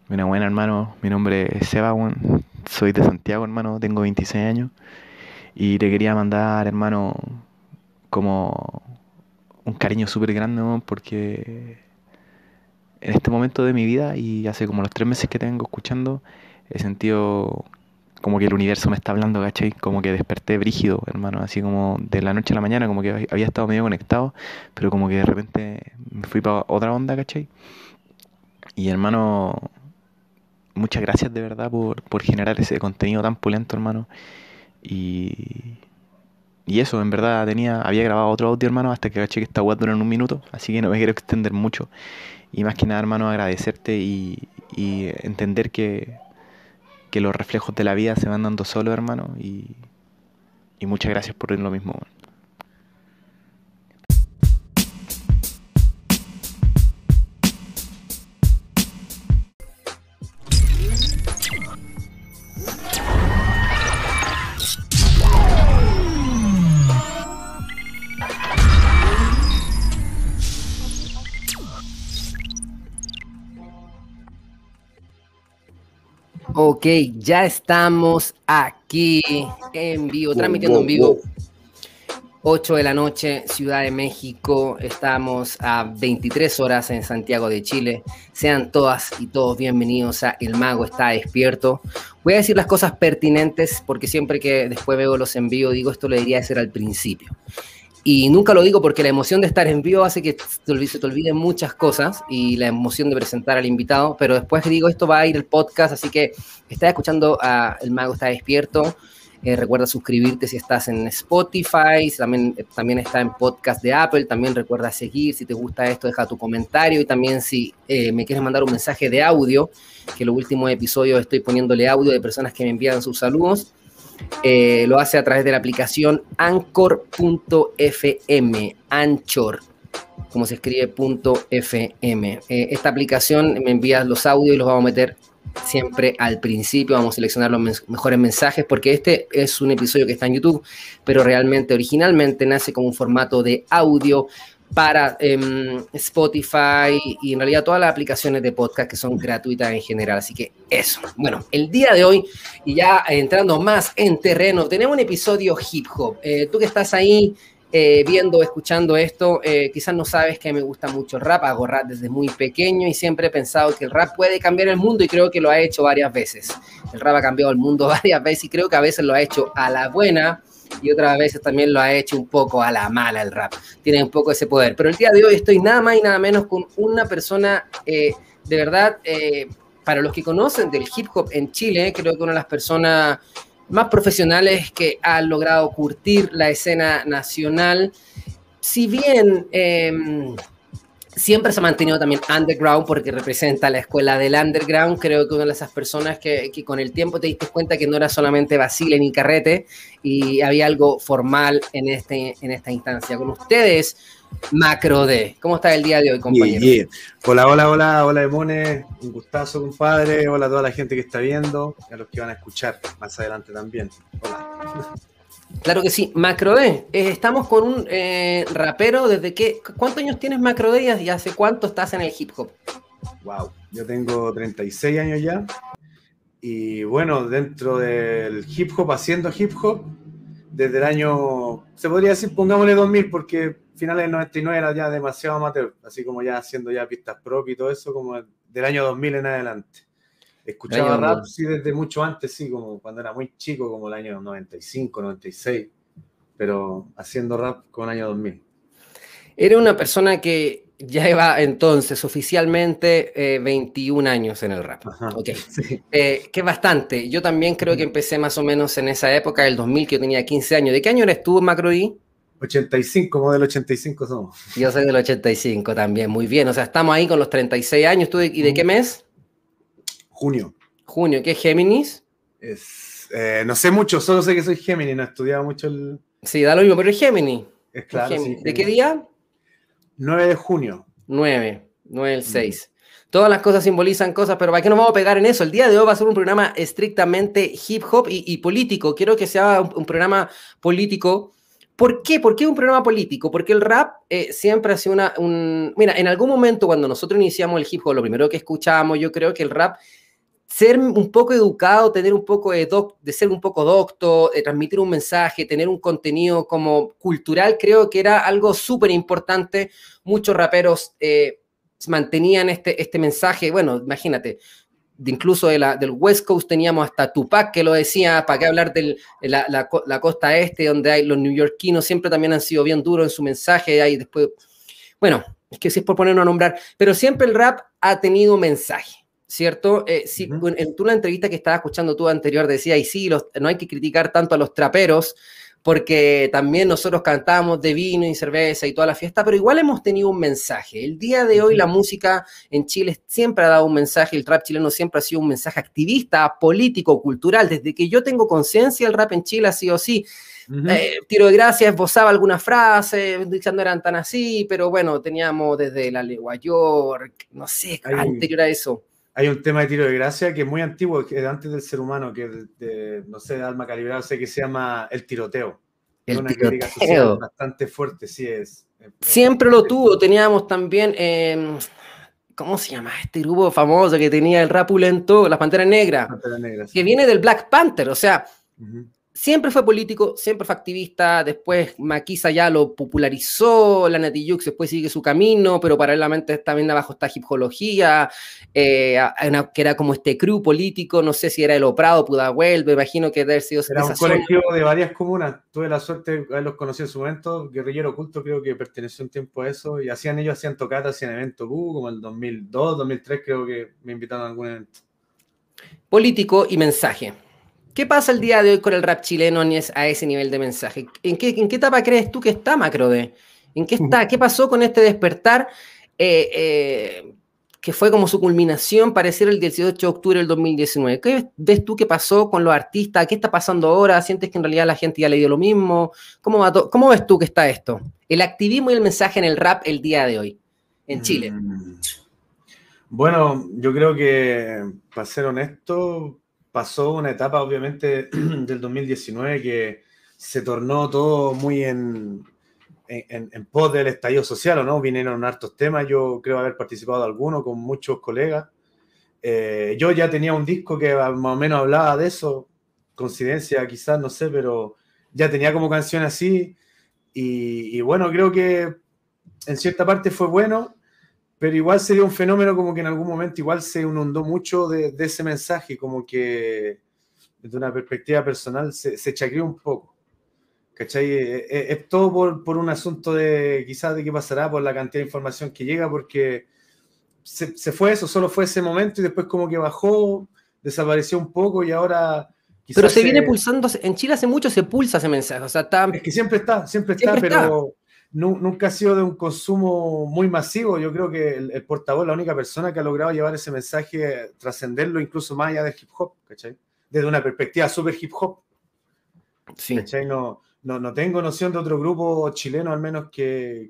Buena, hermano. Mi nombre es Seba, weón. Soy de Santiago, hermano. Tengo 26 años. Y te quería mandar, hermano, como un cariño súper grande, weón, porque en este momento de mi vida y hace como los 3 meses que te vengo escuchando, he sentido como que el universo me está hablando, ¿cachai? Como que desperté brígido, hermano. Así como de la noche a la mañana, como que había estado medio conectado, pero como que de repente me fui para otra onda, ¿cachai? Y hermano, muchas gracias de verdad por generar ese contenido tan pulento, hermano. Y, y eso, en verdad había grabado otro audio, hermano, hasta que caché que esta weá dura en un minuto, así que no me quiero extender mucho. Y más que nada, hermano, agradecerte y entender que los reflejos de la vida se van dando solo, hermano. Y muchas gracias por lo mismo, weón. Ok, ya estamos aquí en vivo, Wow, transmitiendo wow, en vivo. wow. 8 de la noche, Ciudad de México. Estamos a 23 horas en Santiago de Chile. Sean todas y todos bienvenidos a El Mago Está Despierto. Voy a decir las cosas pertinentes porque siempre que después veo los en vivo digo esto lo debería hacer al principio. Y nunca lo digo porque la emoción de estar en vivo hace que se te olviden muchas cosas y la emoción de presentar al invitado, pero después digo esto va a ir el podcast, así que estás escuchando a El Mago Está Despierto. Recuerda suscribirte si estás en Spotify, también está en podcast de Apple, también recuerda seguir, si te gusta esto deja tu comentario y también si me quieres mandar un mensaje de audio, que en los últimos episodios estoy poniéndole audio de personas que me envían sus saludos. Lo hace a través de la aplicación Anchor.fm, Anchor, como se escribe .fm. Esta aplicación me envía los audios y los vamos a meter siempre al principio. Vamos a seleccionar los mejores mensajes porque este es un episodio que está en YouTube, pero realmente originalmente nace como un formato de audio para Spotify y en realidad todas las aplicaciones de podcast que son gratuitas en general. Así que eso. Bueno, el día de hoy, y ya entrando más en terreno, tenemos un episodio hip hop. Tú que estás ahí viendo, escuchando esto, quizás no sabes que me gusta mucho el rap. Hago rap desde muy pequeño y siempre he pensado que el rap puede cambiar el mundo y creo que lo ha hecho varias veces. El rap ha cambiado el mundo varias veces y creo que a veces lo ha hecho a la buena y otras veces también lo ha hecho un poco a la mala el rap. Tiene un poco ese poder. Pero el día de hoy estoy nada más y nada menos con una persona de verdad, para los que conocen del hip hop en Chile, creo que una de las personas más profesionales que ha logrado curtir la escena nacional. Si bien siempre se ha mantenido también underground porque representa la escuela del underground, creo que una de esas personas que con el tiempo te diste cuenta que no era solamente vacile ni carrete y había algo formal en esta instancia. Con ustedes, Macro D. ¿Cómo está el día de hoy, compañero? Yeah. Hola, Demones. Un gustazo, compadre. Hola a toda la gente que está viendo y a los que van a escuchar más adelante también. Hola. Claro que sí, Macro D. Estamos con un rapero desde que... ¿Cuántos años tienes, Macro D, y hace cuánto estás en el hip hop? Wow, yo tengo 36 años ya y bueno, dentro del hip hop, haciendo hip hop, desde el año, se podría decir, pongámosle 2000, porque finales del 99 era ya demasiado amateur, así como ya haciendo ya pistas propias y todo eso, como del año 2000 en adelante. Escuchaba rap, sí, desde mucho antes, sí, como cuando era muy chico, como el año 95, 96, pero haciendo rap con el año 2000. Era una persona que ya lleva entonces oficialmente 21 años en el rap. Ajá, okay. sí. Que es bastante. Yo también creo que empecé más o menos en esa época, del 2000, que yo tenía 15 años. ¿De qué año eres tú, Macro D? 85, modelo 85 somos. Yo soy del 85 también, muy bien. O sea, estamos ahí con los 36 años. ¿Tú y de qué mes? Junio. Junio. ¿Qué es Géminis? No sé mucho, solo sé que soy Géminis, no he estudiado mucho el... Sí, da lo mismo, pero es Géminis. Es claro, sí, ¿De qué día? 9 de junio. 9 del 6. Todas las cosas simbolizan cosas, pero ¿para qué nos vamos a pegar en eso? El día de hoy va a ser un programa estrictamente hip hop y político. Quiero que sea un programa político ¿Por qué? ¿Por qué un programa político? Porque el rap siempre ha sido Mira, en algún momento cuando nosotros iniciamos el hip hop, lo primero que escuchábamos, yo creo que el rap, ser un poco educado, tener un poco de ser un poco docto, transmitir un mensaje, tener un contenido como cultural, creo que era algo súper importante. Muchos raperos mantenían este mensaje. Bueno, imagínate, incluso del West Coast teníamos hasta Tupac que lo decía, ¿para qué hablar de la costa este, donde hay los neoyorquinos siempre también han sido bien duros en su mensaje, hay después, bueno, es que si es por ponernos a nombrar, pero siempre el rap ha tenido mensaje, ¿cierto? Sí, en la entrevista que estaba escuchando tú anterior decía, y sí, no hay que criticar tanto a los traperos, porque también nosotros cantamos de vino y cerveza y toda la fiesta, pero igual hemos tenido un mensaje. El día de hoy la música en Chile siempre ha dado un mensaje, el trap chileno siempre ha sido un mensaje activista, político, cultural. Desde que yo tengo conciencia, el rap en Chile ha sido así. Tiro de Gracia esbozaba algunas frases, no eran tan así, pero bueno, teníamos desde la Legua York, no sé, anterior a eso. Hay un tema de Tiro de Gracia que es muy antiguo, que es antes del ser humano, que es de, no sé, de Alma Calibrada, sé que se llama El Tiroteo. Es una crítica social bastante fuerte, sí es. Siempre lo tuvo, teníamos también, ¿cómo se llama este grupo famoso que tenía el rap lento? Las Panteras Negras, sí. Que viene del Black Panther, o sea, siempre fue político, siempre fue activista, después Maquisa ya lo popularizó, la Nati Jux después sigue su camino, pero paralelamente también abajo está Hipología, que era como este crew político, no sé si era el Oprado, Pudahuel, me imagino que debe haber sido... Era un colectivo de varias comunas, tuve la suerte de haberlos conocido en su momento, Guerrillero Oculto creo que perteneció un tiempo a eso, y ellos hacían tocatas, hacían eventos, como el 2002, 2003 creo que me invitaron a algún evento. Político y mensaje. ¿Qué pasa el día de hoy con el rap chileno a ese nivel de mensaje? ¿En qué etapa crees tú que está, Macrode? ¿En qué está? ¿Qué pasó con este despertar que fue como su culminación, pareciera el 18 de octubre del 2019? ¿Qué ves tú que pasó con los artistas? ¿Qué está pasando ahora? ¿Sientes que en realidad la gente ya le dio lo mismo? ¿Cómo ves tú que está esto? El activismo y el mensaje en el rap el día de hoy, en Chile. Bueno, yo creo que, para ser honesto, pasó una etapa obviamente del 2019 que se tornó todo muy en pos del estallido social, ¿o no? Vinieron hartos temas, yo creo haber participado de alguno con muchos colegas. Yo ya tenía un disco que más o menos hablaba de eso, coincidencia quizás, no sé, pero ya tenía como canción así, y bueno, creo que en cierta parte fue bueno, pero igual se dio un fenómeno como que en algún momento igual se inundó mucho de ese mensaje, como que desde una perspectiva personal se chacreó un poco. ¿Cachai? Es todo por un asunto de quizás de qué pasará, por la cantidad de información que llega, porque se fue eso, solo fue ese momento y después como que bajó, desapareció un poco y ahora... Pero se viene pulsando, en Chile hace mucho se pulsa ese mensaje, o sea, es que siempre está, pero nunca ha sido de un consumo muy masivo. Yo creo que el portavoz, la única persona que ha logrado llevar ese mensaje, trascenderlo incluso más allá del hip hop, ¿cachai? Desde una perspectiva súper hip hop. Sí. ¿Cachai? No tengo noción de otro grupo chileno, al menos que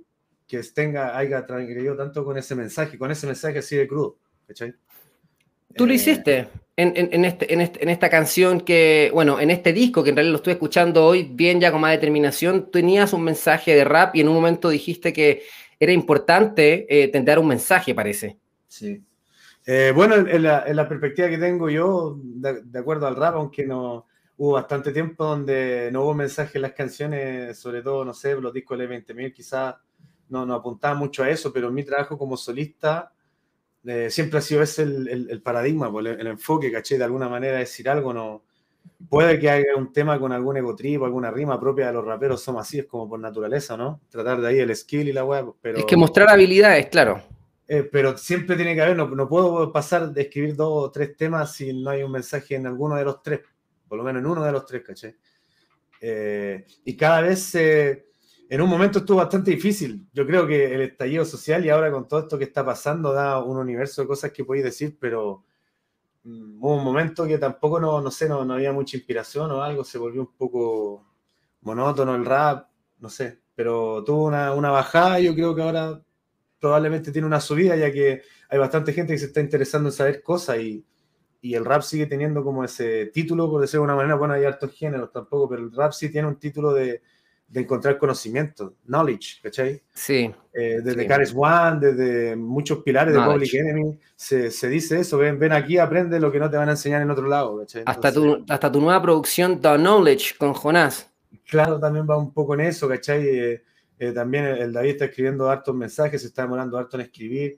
haya transgredido tanto con ese mensaje así de crudo, ¿cachai? Tú lo hiciste en esta canción que, bueno, en este disco que en realidad lo estoy escuchando hoy bien ya con más determinación, tenías un mensaje de rap y en un momento dijiste que era importante tentar un mensaje, parece. Sí. Bueno, en la perspectiva que tengo yo, de acuerdo al rap, aunque no hubo bastante tiempo donde no hubo mensaje en las canciones, sobre todo, no sé, los discos de 20.000 quizás no apuntaban mucho a eso, pero en mi trabajo como solista siempre ha sido ese el paradigma, el enfoque, ¿caché? De alguna manera decir algo, no puede que haya un tema con algún egotrip, alguna rima propia de los raperos, somos así, es como por naturaleza, ¿no? Tratar de ahí el skill y la web, pero... Es que mostrar habilidades, claro. Pero siempre tiene que haber, no puedo pasar de escribir 2 o 3 temas si no hay un mensaje en alguno de los 3, por lo menos en uno de los 3, ¿caché? Y cada vez... en un momento estuvo bastante difícil. Yo creo que el estallido social y ahora con todo esto que está pasando da un universo de cosas que podéis decir, pero hubo un momento que tampoco no había mucha inspiración o algo, se volvió un poco monótono el rap, no sé, pero tuvo una bajada y yo creo que ahora probablemente tiene una subida, ya que hay bastante gente que se está interesando en saber cosas y el rap sigue teniendo como ese título, por decirlo de una manera. Bueno, hay hartos géneros tampoco, pero el rap sí tiene un título de encontrar conocimiento, knowledge, ¿cachai? Sí. Desde Cares One, desde muchos pilares de Public Enemy, se dice eso, ven aquí, aprende lo que no te van a enseñar en otro lado, ¿cachai? Entonces, hasta tu nueva producción, The Knowledge, con Jonás. Claro, también va un poco en eso, ¿cachai? También el David está escribiendo hartos mensajes, se está demorando harto en escribir.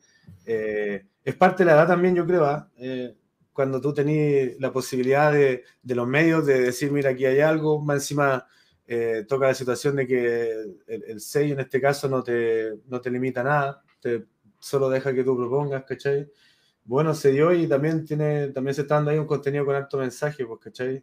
Es parte de la edad también, yo creo, cuando tú tenés la posibilidad de los medios de decir, mira, aquí hay algo, más encima toca la situación de que el sello en este caso no te limita a nada, solo deja que tú propongas, ¿cachai? Bueno, se dio y también se está dando ahí un contenido con alto mensaje, pues, ¿cachai?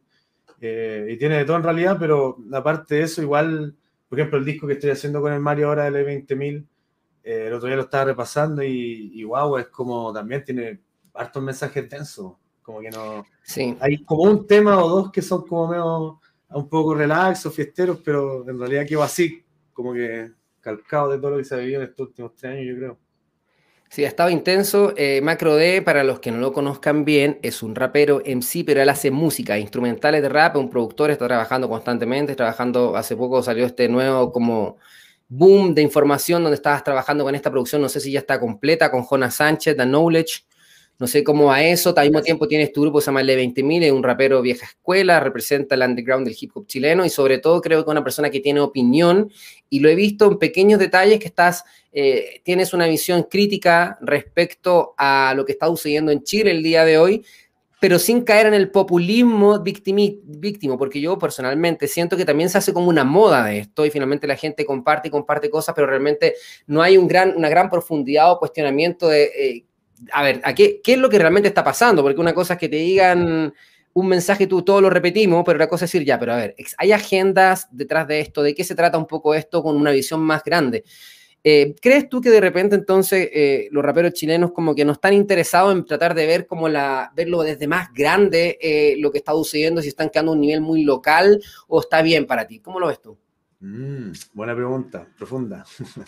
Y tiene de todo en realidad, pero aparte de eso, igual, por ejemplo, el disco que estoy haciendo con el Mario ahora, el E20000, el otro día lo estaba repasando y wow, es como también tiene hartos mensajes densos, como que no... Sí. Hay como un tema o dos que son como medio un poco relax o fiesteros, pero en realidad quedó así, como que calcado de todo lo que se ha vivido en estos últimos 3 años, yo creo. Sí, ha estado intenso. Macro D, para los que no lo conozcan bien, es un rapero MC, pero él hace música, instrumentales de rap, un productor, está trabajando constantemente, hace poco salió este nuevo como boom de información donde estabas trabajando con esta producción, no sé si ya está completa, con Jonas Sánchez, The Knowledge, no sé cómo va eso. Al mismo tiempo tienes tu grupo que se llama Le20000, es un rapero vieja escuela, representa el underground del hip hop chileno y sobre todo creo que es una persona que tiene opinión y lo he visto en pequeños detalles que tienes una visión crítica respecto a lo que está sucediendo en Chile el día de hoy, pero sin caer en el populismo víctimo, porque yo personalmente siento que también se hace como una moda de esto y finalmente la gente comparte cosas, pero realmente no hay una gran profundidad o cuestionamiento de... a ver, ¿qué es lo que realmente está pasando? Porque una cosa es que te digan un mensaje, tú todo lo repetimos, pero otra cosa es decir, ya, pero a ver, hay agendas detrás de esto, ¿de qué se trata un poco esto con una visión más grande? ¿Crees tú que de repente entonces los raperos chilenos como que no están interesados en tratar de ver verlo desde más grande lo que está sucediendo, si están quedando a un nivel muy local o está bien para ti? ¿Cómo lo ves tú? Buena pregunta, profunda.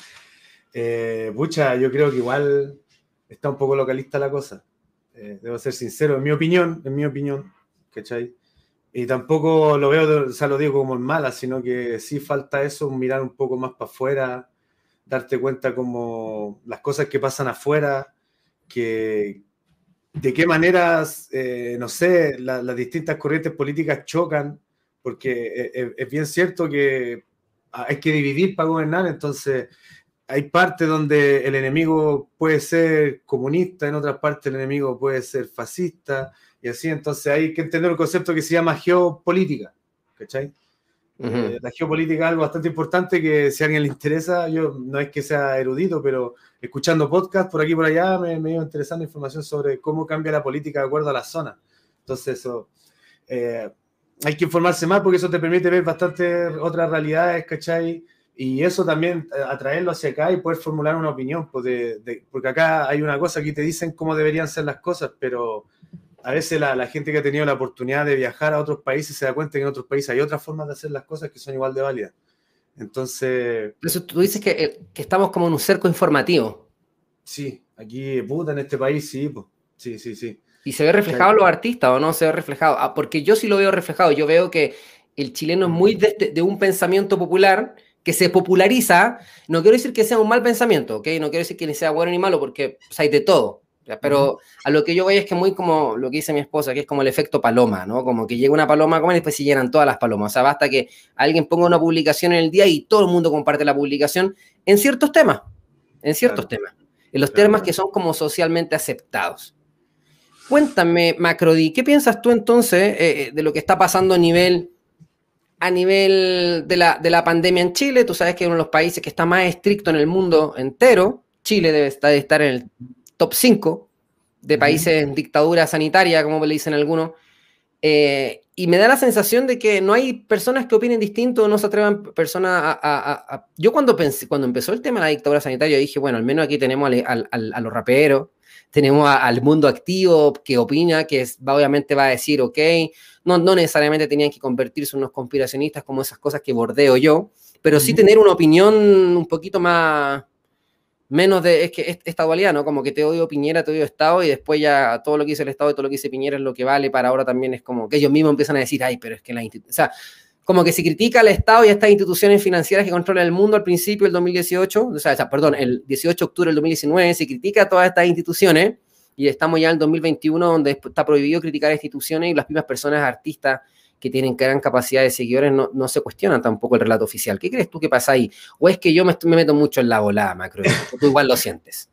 Pucha, yo creo que igual está un poco localista la cosa. Debo ser sincero, en mi opinión, ¿cachai? Y tampoco lo veo, o sea, lo digo como en mala, sino que sí falta eso, mirar un poco más para afuera, darte cuenta como las cosas que pasan afuera, de qué maneras, no sé, las distintas corrientes políticas chocan, porque es bien cierto que hay que dividir para gobernar, entonces hay partes donde el enemigo puede ser comunista, en otras partes el enemigo puede ser fascista, y así, entonces hay que entender un concepto que se llama geopolítica, ¿cachai? La geopolítica es algo bastante importante que si a alguien le interesa, yo no es que sea erudito, pero escuchando podcast por aquí y por allá me iba interesando información sobre cómo cambia la política de acuerdo a la zona. Entonces eso, hay que informarse más porque eso te permite ver bastante otras realidades, ¿cachai? Y eso también, atraerlo hacia acá y poder formular una opinión, pues porque acá hay una cosa que te dicen cómo deberían ser las cosas, pero a veces la gente que ha tenido la oportunidad de viajar a otros países se da cuenta que en otros países hay otras formas de hacer las cosas que son igual de válidas. Entonces... Eso tú dices que estamos como en un cerco informativo. Sí, aquí, puta, en este país, sí, pues. Sí. ¿Y se ve reflejado en los artistas o no se ve reflejado? Porque yo sí lo veo reflejado. Yo veo que el chileno es muy de un pensamiento popular que se populariza. No quiero decir que sea un mal pensamiento, ¿ok? No quiero decir que ni sea bueno ni malo, porque pues, hay de todo. Pero a lo que yo voy es que muy como lo que dice mi esposa, que es como el efecto paloma, ¿no? Como que llega una paloma a comer y después se llenan todas las palomas. O sea, basta que alguien ponga una publicación en el día y todo el mundo comparte la publicación en ciertos temas. En los temas que son como socialmente aceptados. Cuéntame, Macrodi, ¿qué piensas tú entonces de lo que está pasando a nivel de la pandemia en Chile? Tú sabes que es uno de los países que está más estricto en el mundo entero. Chile debe estar en el top 5 de países en dictadura sanitaria, como le dicen algunos. Y me da la sensación de que no hay personas que opinen distinto, no se atrevan personas Yo cuando empezó el tema de la dictadura sanitaria, dije, bueno, al menos aquí tenemos a los raperos, tenemos al mundo activo que opina, obviamente va a decir, ok, no necesariamente tenían que convertirse en unos conspiracionistas como esas cosas que bordeo yo, pero sí tener una opinión un poquito menos es que esta dualidad, ¿no? Como que te odio Piñera, te odio Estado, y después ya todo lo que dice el Estado y todo lo que dice Piñera es lo que vale para ahora también es como que ellos mismos empiezan a decir, ay, pero es que o sea, como que se critica al Estado y a estas instituciones financieras que controlan el mundo al principio del 2018, perdón, el 18 de octubre del 2019, se critica a todas estas instituciones y estamos ya en el 2021 donde está prohibido criticar a instituciones y las mismas personas, artistas que tienen gran capacidad de seguidores, no se cuestionan tampoco el relato oficial. ¿Qué crees tú que pasa ahí? ¿O es que yo me meto mucho en la volada, Macro? Tú igual lo sientes.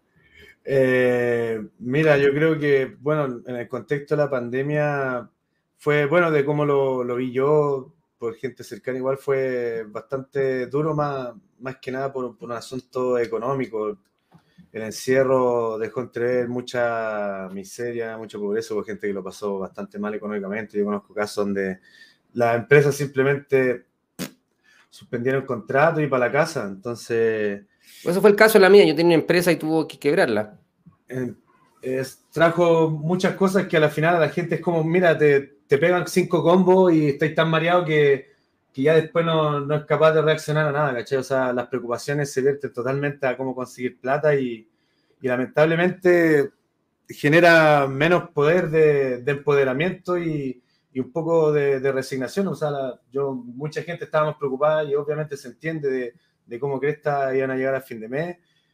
Mira, yo creo que, bueno, en el contexto de la pandemia fue, bueno, de cómo lo vi yo, por gente cercana, igual fue bastante duro, más que nada por un asunto económico. El encierro dejó entrever mucha miseria, mucha pobreza, por gente que lo pasó bastante mal económicamente. Yo conozco casos donde las empresas simplemente suspendieron el contrato y para la casa. Entonces... Eso fue el caso de la mía. Yo tenía una empresa y tuvo que quebrarla. Trajo muchas cosas que a la final a la gente es como, mira, te pegan 5 combos y estáis tan mareados que ya después no es capaz de reaccionar a nada, ¿cachai? O sea, las preocupaciones se vierten totalmente a cómo conseguir plata y lamentablemente genera menos poder de empoderamiento y un poco de resignación. O sea, mucha gente estábamos preocupada y obviamente se entiende de cómo cresta iban a llegar a fin de mes.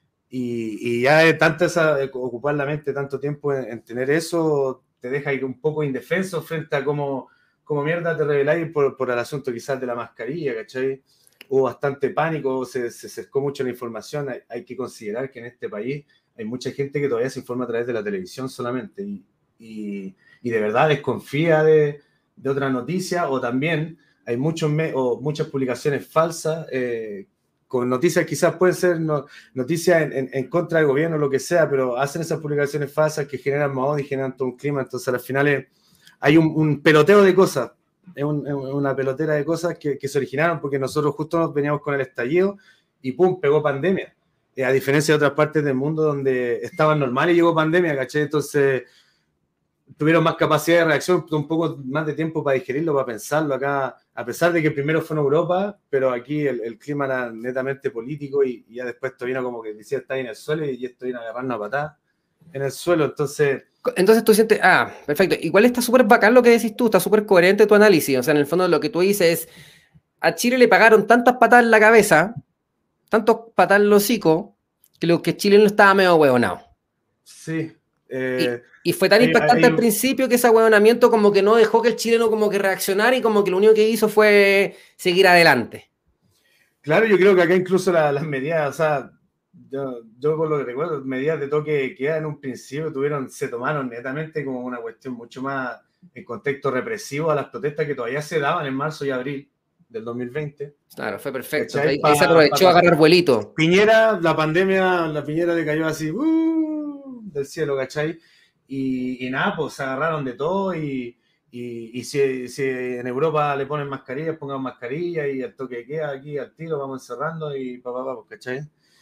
Y ya de ocupar la mente tanto tiempo en tener eso, te deja ir un poco indefenso frente a cómo mierda te rebeláis por el asunto quizás de la mascarilla, ¿cachai? Hubo bastante pánico, se acercó mucho la información. Hay que considerar que en este país hay mucha gente que todavía se informa a través de la televisión solamente y de verdad desconfía de otras noticias, o también hay muchas publicaciones falsas con noticias quizás pueden ser noticias en contra del gobierno, lo que sea, pero hacen esas publicaciones falsas que generan más odio y generan todo un clima. Entonces al final hay un peloteo de cosas, es una pelotera de cosas que se originaron porque nosotros justo nos veníamos con el estallido y pum, pegó pandemia. A diferencia de otras partes del mundo donde estaban normales y llegó pandemia, ¿cachai? Entonces tuvieron más capacidad de reacción, un poco más de tiempo para digerirlo, para pensarlo acá, a pesar de que primero fue en Europa, pero aquí el clima era netamente político y ya después esto vino como que decía, está ahí en el suelo y esto vino a agarrar una patada en el suelo, entonces tú sientes, perfecto, igual está súper bacán lo que decís tú, está súper coherente tu análisis, o sea, en el fondo lo que tú dices es, a Chile le pagaron tantas patadas en la cabeza, tantos patadas en el hocico, que Chile no estaba medio huevonado. Sí. Y fue tan impactante al principio que ese ahueonamiento como que no dejó que el chileno como que reaccionara y como que lo único que hizo fue seguir adelante. Claro, yo creo que acá incluso las medidas, o sea, yo por lo que recuerdo, medidas de toque de queda en un principio se tomaron netamente como una cuestión mucho más en contexto represivo a las protestas que todavía se daban en marzo y abril del 2020. Claro, fue perfecto. Ahí se aprovechó a agarrar vuelito. Piñera, la Piñera le cayó así del cielo, ¿cachai? Y nada, pues se agarraron de todo y si en Europa le ponen mascarillas, pongan mascarillas y el toque de queda aquí al tiro, vamos encerrando y pues, ¿cachai?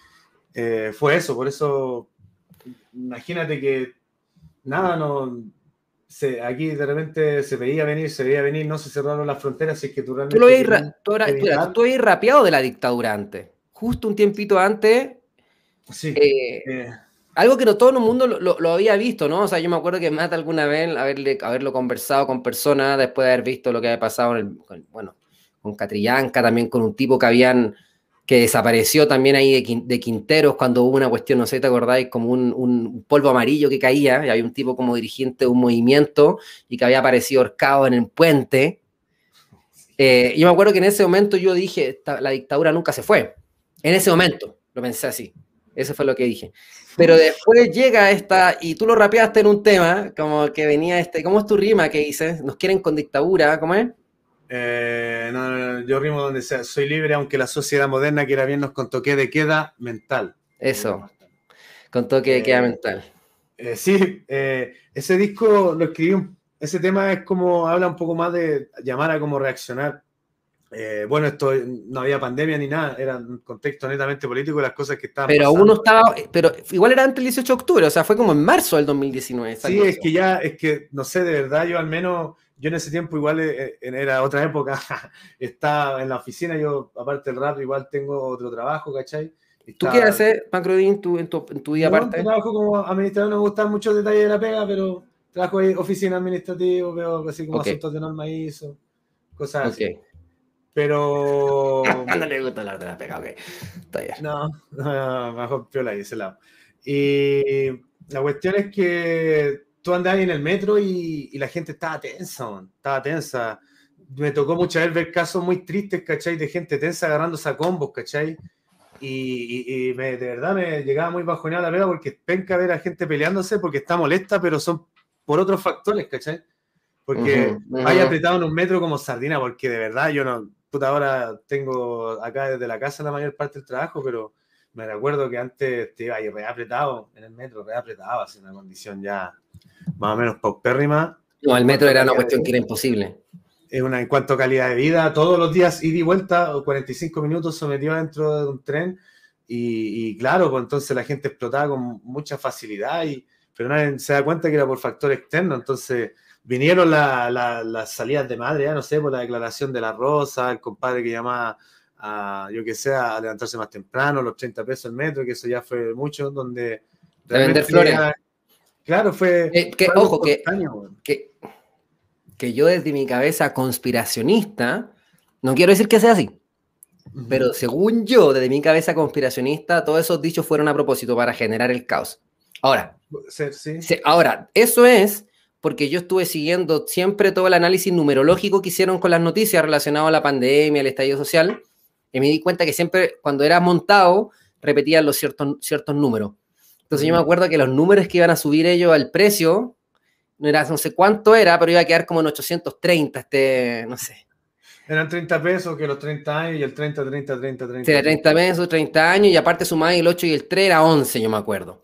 Fue eso, por eso imagínate que nada, aquí de repente se veía venir, no se cerraron las fronteras, así que tú realmente... Tú habías rapeado de la dictadura antes, justo un tiempito antes. Sí. Algo que no todo el mundo lo había visto, ¿no? O sea, yo me acuerdo que Mata alguna vez haberlo conversado con personas después de haber visto lo que había pasado con Catrillanca, también con un tipo que desapareció también ahí de Quinteros cuando hubo una cuestión, no sé, ¿te acordáis? Como un polvo amarillo que caía y había un tipo como dirigente de un movimiento y que había aparecido ahorcado en el puente. Yo me acuerdo que en ese momento yo dije, la dictadura nunca se fue. En ese momento, lo pensé así. Eso fue lo que dije. Pero después llega y tú lo rapeaste en un tema, como que venía ¿cómo es tu rima que dices? Nos quieren con dictadura, ¿cómo es? No, yo rimo donde sea, soy libre aunque la sociedad moderna quiera vernos con toque de queda mental. Eso, con toque de queda mental. Sí, ese disco lo escribí, ese tema es como, habla un poco más de llamar a cómo reaccionar. Bueno, esto no había pandemia ni nada, era un contexto netamente político de las cosas que estaban pasando. Pero igual era antes del 18 de octubre, o sea, fue como en marzo del 2019. Sí, es que, no sé, de verdad, yo en ese tiempo igual era otra época, estaba en la oficina, yo aparte del rap igual tengo otro trabajo, ¿cachai? ¿Tú qué haces, Macrodín, en tu vida aparte? Yo trabajo como administrador, no me gustan muchos detalles de la pega, pero trabajo en oficina administrativa, veo así como asuntos de norma ISO, cosas así. Pero... No le gusta hablar de la pega, ok. Está bien. No, mejor piola ahí, ese lado. Y la cuestión es que tú andabas en el metro y la gente estaba tensa, man, estaba tensa. Me tocó muchas veces ver casos muy tristes, ¿cachai? De gente tensa agarrándose a combos, ¿cachai? De verdad me llegaba muy bajoneado la pega porque es penca ver a gente peleándose porque está molesta, pero son por otros factores, ¿cachai? Porque vaya apretado en un metro como sardina, porque de verdad yo no, puta, ahora tengo acá desde la casa la mayor parte del trabajo, pero me recuerdo que antes te iba ahí re apretado en el metro, re apretado, así una condición ya más o menos paupérrima. No, el metro era una cuestión que era imposible. En cuanto a calidad de vida, todos los días ida y vuelta, o 45 minutos sometido dentro de un tren, y claro, pues entonces la gente explotaba con mucha facilidad, pero nadie se da cuenta que era por factor externo. Entonces vinieron las salidas de madre, ya no sé, por la declaración de la Rosa, el compadre que llamaba a, yo que sé, a levantarse más temprano, los 30 pesos el metro, que eso ya fue mucho, donde... De vender flores. Claro, fue... Ojo, que yo desde mi cabeza conspiracionista, no quiero decir que sea así, pero según yo, desde mi cabeza conspiracionista, todos esos dichos fueron a propósito para generar el caos. Ahora, ahora, eso es porque yo estuve siguiendo siempre todo el análisis numerológico que hicieron con las noticias relacionadas a la pandemia, al estallido social, y me di cuenta que siempre cuando era montado repetían los ciertos números. Entonces yo me acuerdo que los números que iban a subir ellos al precio, no sé cuánto era, pero iba a quedar como en 830, no sé. Eran 30 pesos, que los 30 años y el 30. Sí, 30 pesos, 30 años, y aparte sumáis el 8 y el 3, era 11, yo me acuerdo.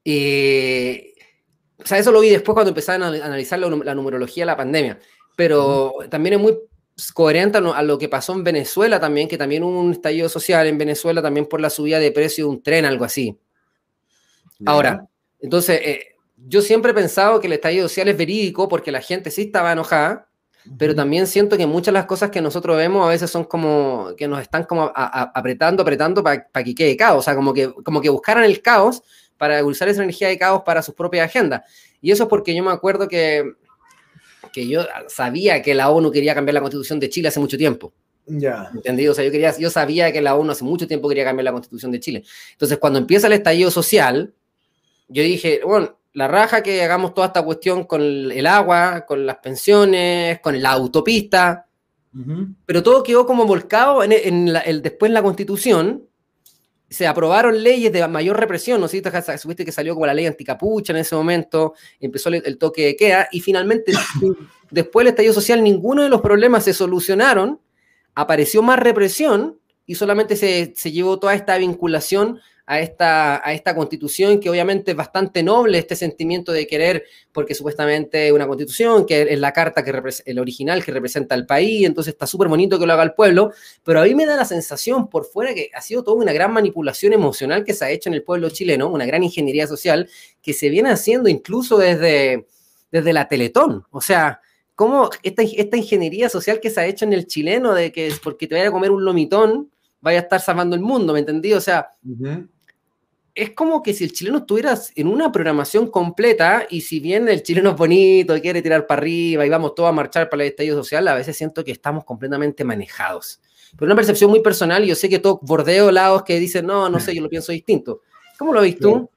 O sea, eso lo vi después cuando empezaron a analizar la numerología de la pandemia. Pero también es muy coherente a lo que pasó en Venezuela también, que también hubo un estallido social en Venezuela también por la subida de precio de un tren, algo así. Ahora, entonces, yo siempre he pensado que el estallido social es verídico porque la gente sí estaba enojada, pero también siento que muchas de las cosas que nosotros vemos a veces son como que nos están como apretando para que quede caos, o sea, como que buscaran el caos para usar esa energía de caos para sus propias agendas. Y eso es porque yo me acuerdo que yo sabía que la ONU quería cambiar la Constitución de Chile hace mucho tiempo. Ya. ¿Entendido? O sea, yo sabía que la ONU hace mucho tiempo quería cambiar la Constitución de Chile. Entonces, cuando empieza el estallido social, yo dije, bueno, la raja que hagamos toda esta cuestión con el agua, con las pensiones, con la autopista, pero todo quedó como volcado después en la Constitución. Se aprobaron leyes de mayor represión, ¿no? Supiste que salió como la ley anticapucha en ese momento, empezó el toque de queda, y finalmente, después del estallido social, ninguno de los problemas se solucionaron, apareció más represión, y solamente se llevó toda esta vinculación a esta constitución, que obviamente es bastante noble, este sentimiento de querer, porque supuestamente es una constitución, que es la carta, el original que representa al país, entonces está súper bonito que lo haga el pueblo, pero a mí me da la sensación por fuera que ha sido toda una gran manipulación emocional que se ha hecho en el pueblo chileno, una gran ingeniería social, que se viene haciendo incluso desde la Teletón. O sea, ¿cómo esta ingeniería social que se ha hecho en el chileno, de que porque te vaya a comer un lomitón, vaya a estar salvando el mundo, ¿me entendí? O sea, es como que si el chileno estuviera en una programación completa, y si bien el chileno es bonito y quiere tirar para arriba y vamos todos a marchar para el estallido social, a veces siento que estamos completamente manejados. Pero una percepción muy personal, y yo sé que todo bordeo lados que dicen, no sé, yo lo pienso distinto. ¿Cómo lo ves tú?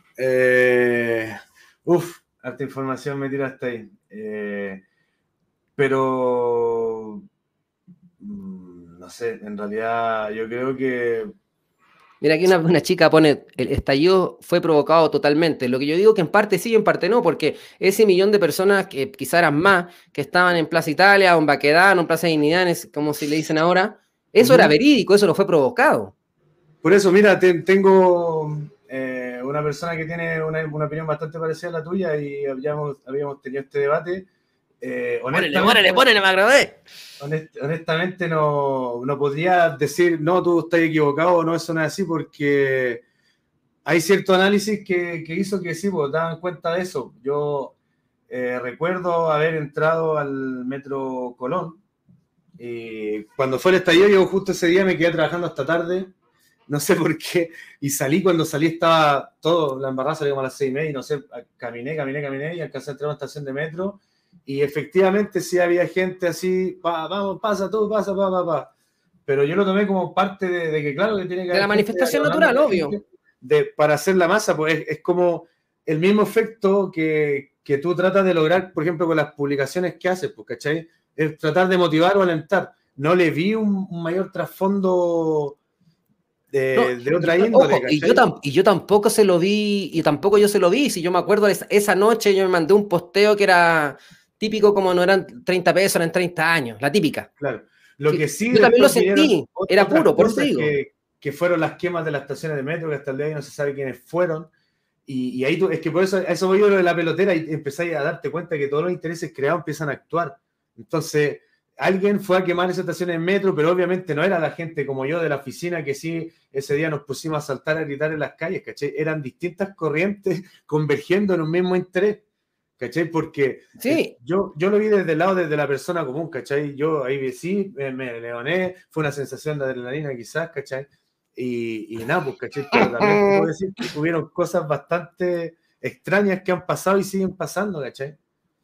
Harta información me tiraste ahí. Pero no sé, en realidad yo creo que... Mira, aquí una chica pone, el estallido fue provocado totalmente. Lo que yo digo que en parte sí, en parte no, porque ese millón de personas, que quizás eran más, que estaban en Plaza Italia, o en Baquedano, en Plaza Dignidad, como se le dicen ahora, eso era verídico, eso no fue provocado. Por eso, mira, tengo una persona que tiene una opinión bastante parecida a la tuya, y habíamos tenido este debate. Ponele, me agradé. Honestamente no podría decir, no, tú estás equivocado, no, eso no es así, porque hay cierto análisis que hizo que sí, pues daban cuenta de eso. Yo recuerdo haber entrado al Metro Colón, y cuando fue el estallido, yo justo ese día me quedé trabajando hasta tarde, no sé por qué, y cuando salí estaba todo, la embarrada salía como a las 6:30, y no sé, caminé, y alcancé a entrar a una estación de metro. Y efectivamente sí había gente así, vamos, pasa todo, pasa. pero yo lo tomé como parte de que, claro, que tiene que De la manifestación natural, obvio. Para hacer la masa, pues es como el mismo efecto que tú tratas de lograr, por ejemplo, con las publicaciones que haces, pues, ¿cachai? Es tratar de motivar o alentar. No le vi un mayor trasfondo de otra índole, ojo, y yo tampoco se lo vi, y tampoco yo se lo vi. Si yo me acuerdo, esa noche yo me mandé un posteo que era típico, como no eran 30 pesos, eran 30 años, la típica. Claro. Lo que sí, yo también lo sentí, era puro, por eso digo. Que fueron las quemas de las estaciones de metro, que hasta el día de hoy no se sabe quiénes fueron. Y ahí es que por eso voy yo lo de la pelotera y empezáis a darte cuenta que todos los intereses creados empiezan a actuar. Entonces, alguien fue a quemar esas estaciones de metro, pero obviamente no era la gente como yo de la oficina que sí, ese día nos pusimos a saltar, a gritar en las calles, ¿cachai? Eran distintas corrientes convergiendo en un mismo interés, ¿cachai? Porque sí. yo lo vi desde el lado, desde la persona común, ¿cachai? Yo ahí sí, me leoné, fue una sensación de adrenalina quizás, ¿cachai? Y nada, pues, ¿cachai? Pero también puedo decir que hubieron cosas bastante extrañas que han pasado y siguen pasando, ¿cachai?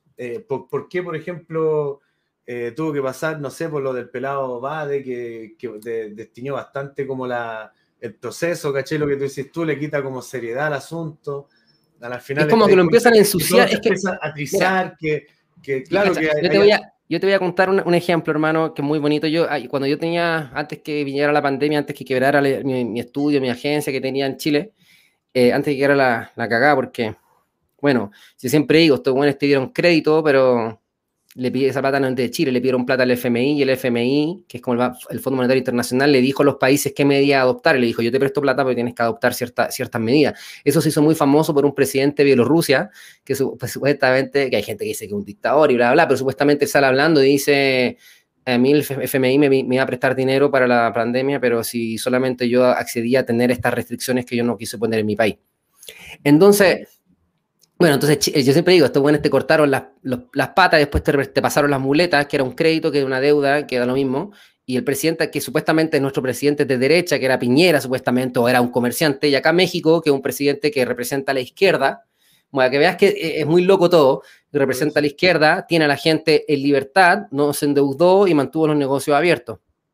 ¿Por qué, por ejemplo, tuvo que pasar, no sé, por lo del pelado Bade, que destiñó bastante como el proceso, ¿cachai? Lo que tú dices tú, le quita como seriedad al asunto. Al final es como que lo empiezan a ensuciar. Es que empieza a trizar, mira, claro que yo te voy a contar un ejemplo, hermano, que es muy bonito. Cuando yo tenía, antes que viniera la pandemia, antes que quebrara mi estudio, mi agencia que tenía en Chile, antes que quedara la cagada, porque, bueno, yo siempre digo, estos buenos te dieron crédito, pero le pide esa plata no es de Chile, le pidieron plata al FMI, y el FMI, que es como el Fondo Monetario Internacional, le dijo a los países qué medida adoptar, y le dijo, yo te presto plata, pero tienes que adoptar ciertas medidas. Eso se hizo muy famoso por un presidente de Bielorrusia, que pues, supuestamente, que hay gente que dice que es un dictador y bla, bla, pero supuestamente sale hablando y dice, a mí el FMI me iba a prestar dinero para la pandemia, pero si solamente yo accedía a tener estas restricciones que yo no quise poner en mi país. Entonces... Bueno, entonces yo siempre digo, estos buenos te cortaron las patas, después te pasaron las muletas, que era un crédito, que era una deuda, que era lo mismo, y el presidente, que supuestamente es nuestro presidente de derecha, que era Piñera supuestamente, o era un comerciante, y acá México, que es un presidente que representa a la izquierda, bueno, que veas que es muy loco todo, representa a la izquierda, tiene a la gente en libertad, no se endeudó y mantuvo los negocios abiertos.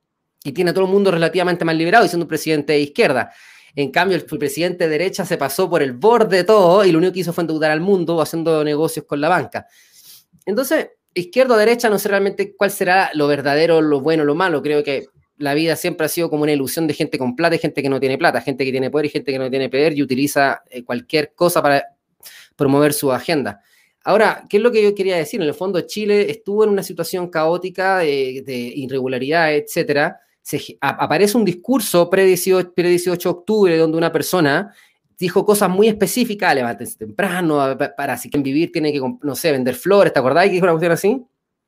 Y tiene a todo el mundo relativamente más liberado, y siendo un presidente de izquierda. En cambio, el presidente de derecha se pasó por el borde de todo y lo único que hizo fue endeudar al mundo haciendo negocios con la banca. Entonces, izquierda o derecha, no sé realmente cuál será lo verdadero, lo bueno, lo malo. Creo que la vida siempre ha sido como una ilusión de gente con plata y gente que no tiene plata, gente que tiene poder y gente que no tiene poder y utiliza cualquier cosa para promover su agenda. Ahora, ¿qué es lo que yo quería decir? En el fondo, Chile estuvo en una situación caótica de irregularidad, etcétera. Aparece un discurso pre-18 de octubre donde una persona dijo cosas muy específicas, levántense temprano, para si quieren vivir tienen que, no sé, vender flores, ¿te acordás que dijo una cuestión así?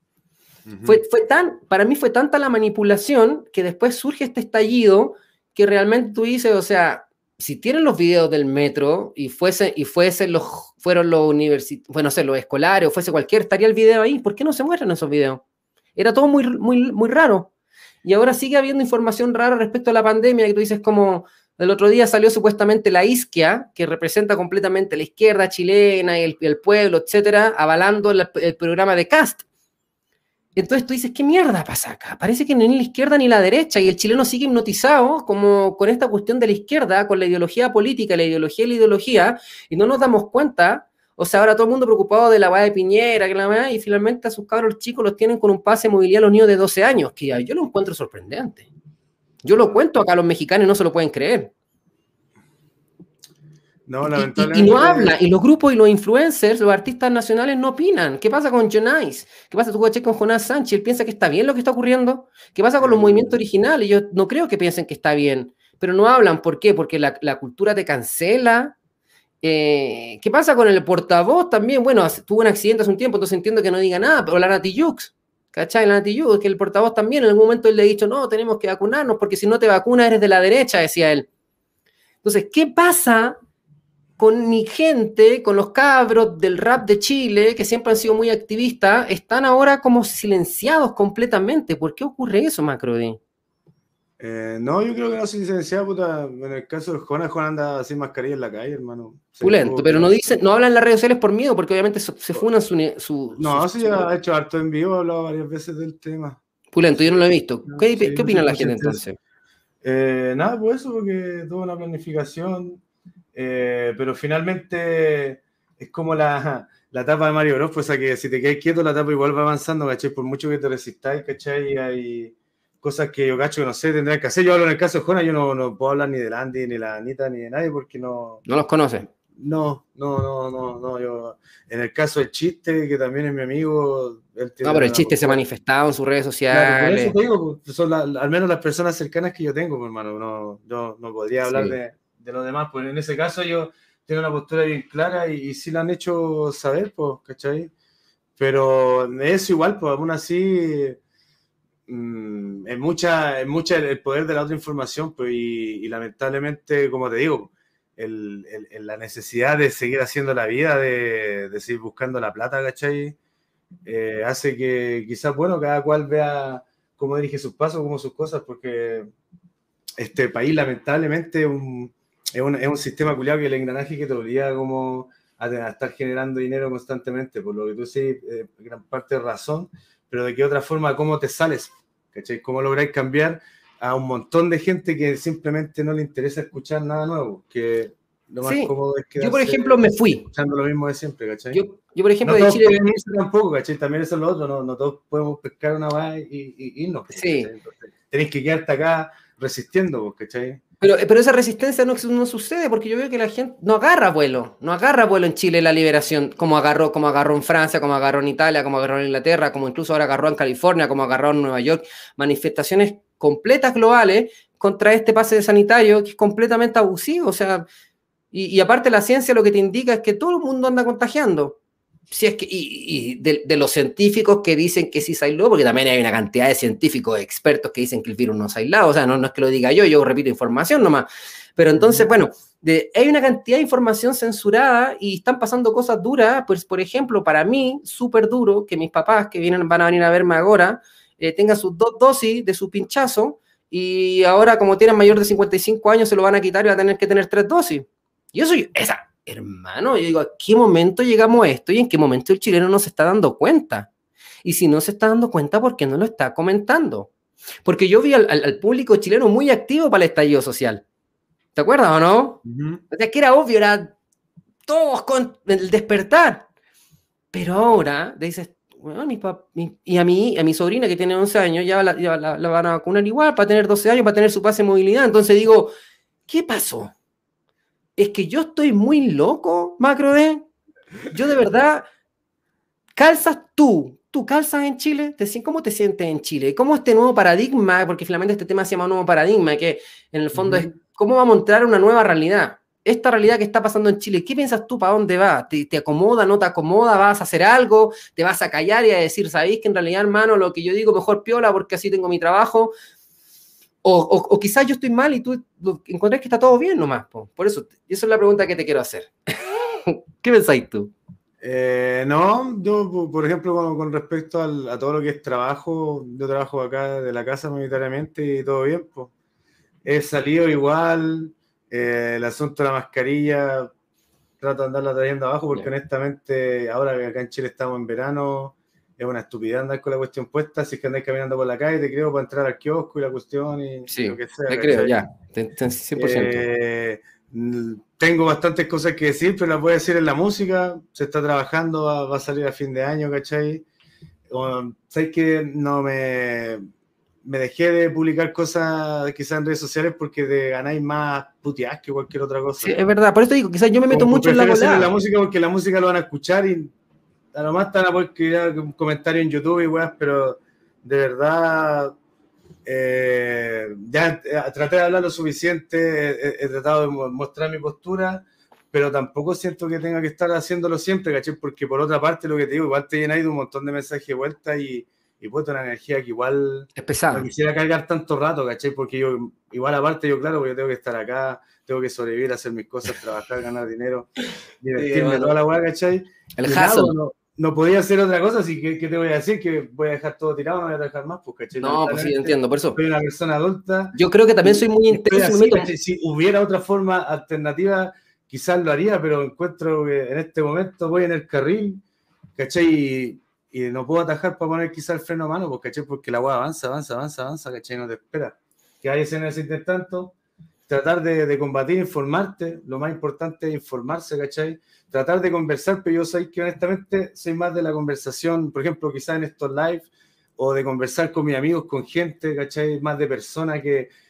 Para mí fue tanta la manipulación que después surge este estallido que realmente tú dices, o sea, si tienen los videos del metro y fueron los bueno, no sé, los escolares o fuese cualquier, estaría el video ahí. ¿Por qué no se muestran esos videos? Era todo muy, muy, muy raro. Y ahora sigue habiendo información rara respecto a la pandemia, que tú dices como, el otro día salió supuestamente la isquia, que representa completamente la izquierda chilena y el pueblo, etcétera, avalando el programa de Kast. Entonces tú dices, ¿qué mierda pasa acá? Parece que ni la izquierda ni la derecha, y el chileno sigue hipnotizado como con esta cuestión de la izquierda, con la ideología política, la ideología, y no nos damos cuenta. O sea, ahora todo el mundo preocupado de la weá de Piñera, y finalmente a sus cabros chicos los tienen con un pase de movilidad a los niños de 12 años, que yo lo encuentro sorprendente. Yo lo cuento acá a los mexicanos y no se lo pueden creer. No, lamentablemente. Y no habla, y los grupos y los influencers, los artistas nacionales no opinan. ¿Qué pasa con Jonais? ¿Qué pasa con Jonás Sánchez? ¿Él piensa que está bien lo que está ocurriendo? ¿Qué pasa con los movimientos originales? Yo no creo que piensen que está bien, pero no hablan. ¿Por qué? Porque la cultura te cancela. ¿Qué pasa con el portavoz también? Bueno, tuvo un accidente hace un tiempo, entonces entiendo que no diga nada, pero la Nati Yux, ¿cachai? La Nati Yux, que el portavoz también en algún momento él le ha dicho, no, tenemos que vacunarnos, porque si no te vacunas eres de la derecha, decía él. Entonces, ¿qué pasa con mi gente, con los cabros del rap de Chile, que siempre han sido muy activistas, están ahora como silenciados completamente? ¿Por qué ocurre eso, Macrodi? No, yo creo que no se licenciado, puta. En el caso de Juan anda sin mascarilla en la calle, hermano. Pulento, pero no dicen, no hablan en las redes sociales por miedo, porque obviamente se funan su no, sí, ha hecho harto en vivo, ha hablado varias veces del tema. Pulento, yo no lo he visto. ¿Qué Sí, opina la mucha gente gente. entonces? Nada, pues eso, porque tuvo una planificación, pero finalmente es como la etapa de Mario Bros, pues a que si te quedas quieto la etapa igual va avanzando, ¿cachai? Por mucho que te resistáis, ¿cachai? Y hay cosas que yo cacho que no sé, tendrás que hacer. Yo hablo en el caso de Jona, yo no puedo hablar ni de Landy, ni de la Anita, ni de nadie, porque no, ¿No los conoce? no, yo, en el caso del Chiste, que también es mi amigo, él No, tiene pero el una chiste se ha postura. manifestado en sus redes Claro, por eso sociales. te digo, pues, son al menos las personas cercanas que yo tengo, pues, hermano. No, yo no podría hablar Sí. de los demás, pues en ese caso yo tengo una postura bien clara y sí la han hecho saber, pues, ¿cachai? Pero eso igual, pues aún así, es mucha el poder de la otra información, pues, y lamentablemente, como te digo, la necesidad de seguir haciendo la vida, de seguir buscando la plata, ¿cachai? Hace que quizás, bueno, cada cual vea cómo dirige sus pasos, cómo sus cosas, porque este país lamentablemente es un sistema culiado que el engranaje que te obliga como a estar generando dinero constantemente, por lo que tú sí, gran parte de razón, pero de qué otra forma, cómo te sales, ¿cachai? Cómo lográis cambiar a un montón de gente que simplemente no le interesa escuchar nada nuevo, que lo más Sí, cómodo es yo por quedarse ejemplo me fui. escuchando lo mismo de siempre, ¿cachai? Yo por ejemplo No de todos Chile, pueden irse tampoco, ¿cachai? También eso es lo otro, no todos podemos pescar una vaina y irnos, pues, ¿cachai? sí, Entonces, tenéis que quedarte acá resistiendo, pues, ¿cachai? pero esa resistencia no sucede porque yo veo que la gente no agarra vuelo en Chile la liberación, como agarró en Francia, como agarró en Italia, como agarró en Inglaterra, como incluso ahora agarró en California, como agarró en Nueva York, manifestaciones completas globales contra este pase sanitario que es completamente abusivo, o sea, y aparte la ciencia lo que te indica es que todo el mundo anda contagiando. Si es que, y de los científicos que dicen que sí se aisló, porque también hay una cantidad de científicos expertos que dicen que el virus no se ha aislado, o sea, no es que lo diga yo repito información nomás. Pero entonces, bueno, hay una cantidad de información censurada y están pasando cosas duras, pues por ejemplo, para mí, súper duro que mis papás que van a venir a verme ahora, tengan sus 2 dosis de su pinchazo y ahora como tienen mayor de 55 años se lo van a quitar y va a tener que tener 3 dosis. Y eso, hermano, yo digo, ¿a qué momento llegamos a esto y en qué momento el chileno no se está dando cuenta? Y si no se está dando cuenta, ¿por qué no lo está comentando? Porque yo vi al público chileno muy activo para el estallido social. ¿Te acuerdas o no? O sea, que era obvio, era todos con el despertar. Pero ahora, dices, bueno, y a mi sobrina que tiene 11 años, ya la van a vacunar igual, para tener 12 años, para tener su pase de movilidad. Entonces digo, ¿qué pasó? ¿Es que yo estoy muy loco, Macro-D? Yo de verdad, ¿tú calzas en Chile? ¿Cómo te sientes en Chile? ¿Cómo este nuevo paradigma, porque finalmente este tema se llama nuevo paradigma, que en el fondo es cómo vamos a entrar a una nueva realidad? Esta realidad que está pasando en Chile, ¿qué piensas tú? ¿Para dónde va? ¿Te acomoda, no te acomoda? ¿Vas a hacer algo? ¿Te vas a callar y a decir, sabéis que en realidad, hermano, lo que yo digo mejor piola porque así tengo mi trabajo? O quizás yo estoy mal y tú encontrás que está todo bien nomás. Por eso, esa es la pregunta que te quiero hacer. ¿Qué pensáis tú? No, yo, por ejemplo, con respecto a todo lo que es trabajo, yo trabajo acá de la casa mayoritariamente y todo bien, pues. He salido igual, el asunto de la mascarilla, trato de andarla trayendo abajo porque honestamente, ahora que acá en Chile estamos en verano, es una estupidez andar con la cuestión puesta, si es que andáis caminando por la calle, te creo, para entrar al kiosco y la cuestión y lo que sea, te creo, ¿cachai? ya, 100%. Tengo bastantes cosas que decir, pero las voy a decir en la música. Se está trabajando, va a salir a fin de año, ¿cachai? Sabes que no me dejé de publicar cosas quizás en redes sociales porque te ganáis más puteadas que cualquier otra cosa. Sí, es verdad, por eso digo, quizás yo me meto mucho en la hacer colada. la música porque la música lo van a escuchar y a lo más te van a poder escribir un comentario en YouTube y weas, pero de verdad ya traté de hablar lo suficiente, he tratado de mostrar mi postura, pero tampoco siento que tenga que estar haciéndolo siempre, ¿cachai? Porque por otra parte, lo que te digo, igual te llenáis de un montón de mensajes de vuelta y puesto una energía que igual es pesada. no quisiera cargar tanto rato, ¿cachai? Porque yo, igual aparte, claro, porque yo tengo que estar acá, tengo que sobrevivir, hacer mis cosas, trabajar, ganar dinero, divertirme, toda la weá, ¿cachai? El hustle. No podía hacer otra cosa, así que ¿qué te voy a decir? Que voy a dejar todo tirado, no voy a dejar más, pues, ¿cachai? No, pues sí, entiendo, por eso. Soy una persona adulta. Yo creo que también soy muy intenso. Así, si hubiera otra forma alternativa, quizás lo haría, pero encuentro que en este momento voy en el carril, ¿cachai? y no puedo atajar para poner quizá el freno a mano, ¿cachai? Porque la weá avanza, ¿cachai? No te espera. Que hay escenas de tanto, tratar de combatir, informarte, lo más importante es informarse, ¿cachai? Tratar de conversar, pero yo sé que honestamente soy más de la conversación, por ejemplo, quizá en estos live, o de conversar con mis amigos, con gente, ¿cachai? Más de personas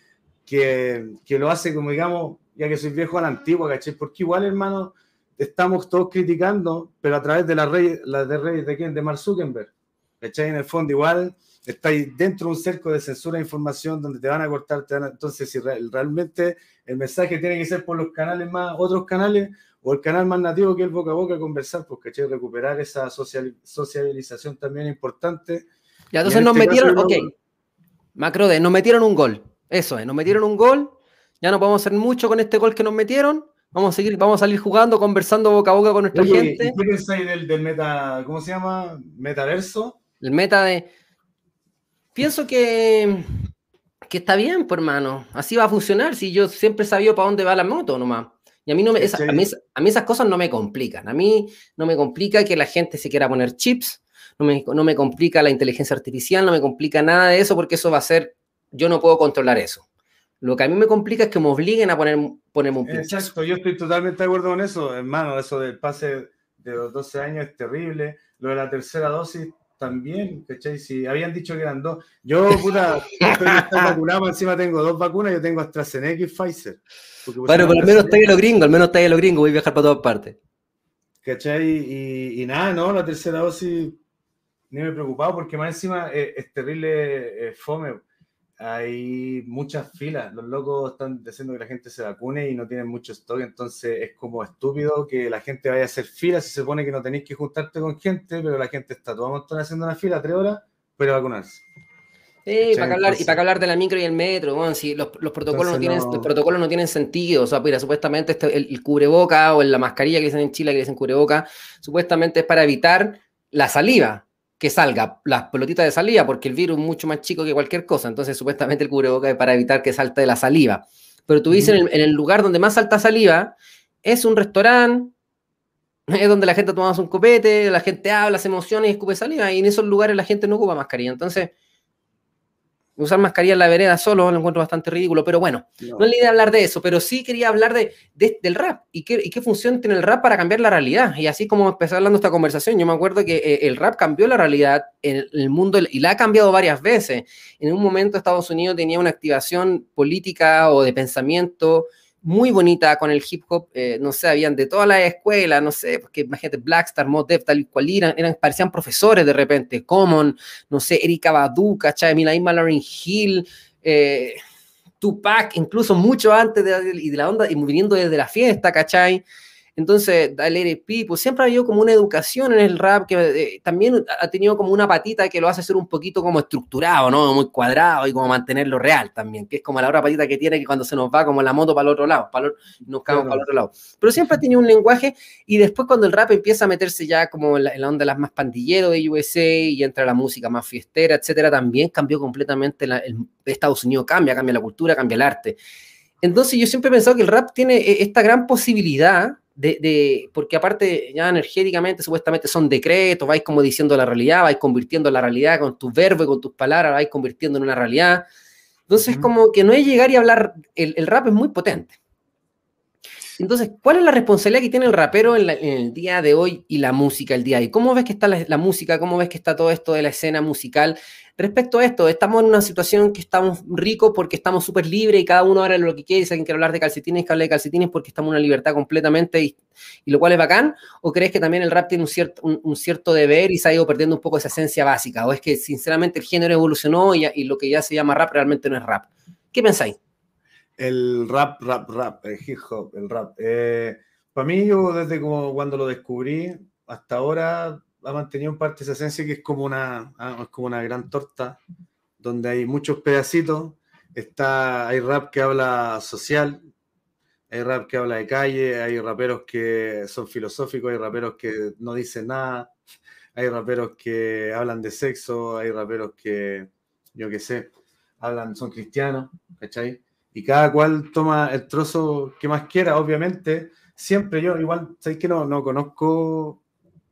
que lo hace como, digamos, ya que soy viejo a la antigua, ¿cachai? Porque igual, hermano, estamos todos criticando, pero a través de las redes, ¿de quién? De Mark Zuckerberg, ¿cachai? En el fondo igual estáis dentro de un cerco de censura de información donde te van a cortar, entonces si realmente el mensaje tiene que ser por los canales más, otros canales, o el canal más nativo que es el boca a boca, conversar, pues, ¿cachai? Recuperar esa socialización también es importante. Ya, entonces nos metieron, ok, Macro D, nos metieron un gol, eso es, nos metieron un gol, ya no podemos hacer mucho con este gol que nos metieron, vamos a salir jugando, conversando boca a boca con nuestra gente. ¿Y qué pensáis del meta, cómo se llama? ¿Metaverso? El meta de... Pienso que está bien, pues, hermano. Así va a funcionar. Si yo siempre he sabido para dónde va la moto nomás. Y a mí, a mí esas cosas no me complican. A mí no me complica que la gente se quiera poner chips. No me complica la inteligencia artificial. No me complica nada de eso porque eso va a ser... Yo no puedo controlar eso. Lo que a mí me complica es que me obliguen a ponerme un pinchazo. Exacto, yo estoy totalmente de acuerdo con eso, hermano. Eso del pase de los 12 años es terrible. Lo de la tercera dosis también, ¿cachai? Si habían dicho que eran 2. Yo, puta, estoy vacunado, encima tengo 2 vacunas, yo tengo AstraZeneca y Pfizer. Bueno, pero al menos está ahí los gringos, voy a viajar para todas partes. ¿Cachai? Y nada, no, la tercera dosis ni me he preocupado porque más encima es terrible fome. Hay muchas filas, los locos están diciendo que la gente se vacune y no tienen mucho stock, entonces es como estúpido que la gente vaya a hacer filas, se supone que no tenéis que juntarte con gente, pero la gente está todo montón haciendo una fila 3 horas para vacunarse. Sí, para hablar de la micro y el metro, bueno, si los protocolos los protocolos no tienen sentido, o sea, mira, supuestamente el cubreboca o la mascarilla que dicen en Chile, que dicen cubreboca, supuestamente es para evitar la saliva, que salga, las pelotitas de saliva, porque el virus es mucho más chico que cualquier cosa, entonces supuestamente el cubreboca es para evitar que salte de la saliva. Pero tú dices, en el lugar donde más salta saliva, es un restaurante, es donde la gente toma un copete, la gente habla, se emociona y escupe saliva, y en esos lugares la gente no ocupa mascarilla, entonces... Usar mascarilla en la vereda solo lo encuentro bastante ridículo, pero bueno, no es la idea hablar de eso, pero sí quería hablar del rap y qué función tiene el rap para cambiar la realidad. Y así como empecé hablando esta conversación, yo me acuerdo que el rap cambió la realidad en el mundo y la ha cambiado varias veces. En un momento Estados Unidos tenía una activación política o de pensamiento muy bonita con el hip hop, no sé, habían de todas las escuelas, no sé, porque imagínate, Blackstar, Mos Def, tal y cual parecían profesores de repente, Common, no sé, Erykah Badu, ¿cachai? Misma Lauryn Hill, Tupac, incluso mucho antes de la onda, y viniendo desde la fiesta, ¿cachai? Entonces, LRP, pues siempre ha habido como una educación en el rap que también ha tenido como una patita que lo hace ser un poquito como estructurado, ¿no? Muy cuadrado y como mantenerlo real también, que es como la otra patita que tiene que cuando se nos va como la moto para el otro lado, nos caemos para el otro lado. Pero siempre ha tenido un lenguaje y después cuando el rap empieza a meterse ya como en la onda de las más pandilleros de USA y entra la música más fiestera, etcétera, también cambió completamente Estados Unidos, cambia la cultura, cambia el arte. Entonces yo siempre he pensado que el rap tiene esta gran posibilidad porque aparte ya energéticamente supuestamente son decretos, vais como diciendo la realidad, vais convirtiendo la realidad con tus verbos y con tus palabras, vais convirtiendo en una realidad. Entonces como que no es llegar y hablar, el rap es muy potente. Entonces, ¿cuál es la responsabilidad que tiene el rapero en el día de hoy y la música el día de hoy? ¿Cómo ves que está la música? ¿Cómo ves que está todo esto de la escena musical? Respecto a esto, estamos en una situación que estamos ricos porque estamos súper libres y cada uno habla lo que quiere. Si alguien quiere hablar de calcetines, que hable de calcetines porque estamos en una libertad completamente y lo cual es bacán. ¿O crees que también el rap tiene un cierto deber y se ha ido perdiendo un poco esa esencia básica? ¿O es que sinceramente el género evolucionó y lo que ya se llama rap realmente no es rap? ¿Qué pensáis? El rap, el hip hop, el rap. Para mí, yo desde como cuando lo descubrí hasta ahora ha mantenido en parte esa esencia que es como una gran torta donde hay muchos pedacitos. Hay rap que habla social, hay rap que habla de calle, hay raperos que son filosóficos, hay raperos que no dicen nada, hay raperos que hablan de sexo, hay raperos que, yo qué sé, son cristianos, ¿cachai? Y cada cual toma el trozo que más quiera, obviamente. Siempre yo, igual, ¿sabes que no conozco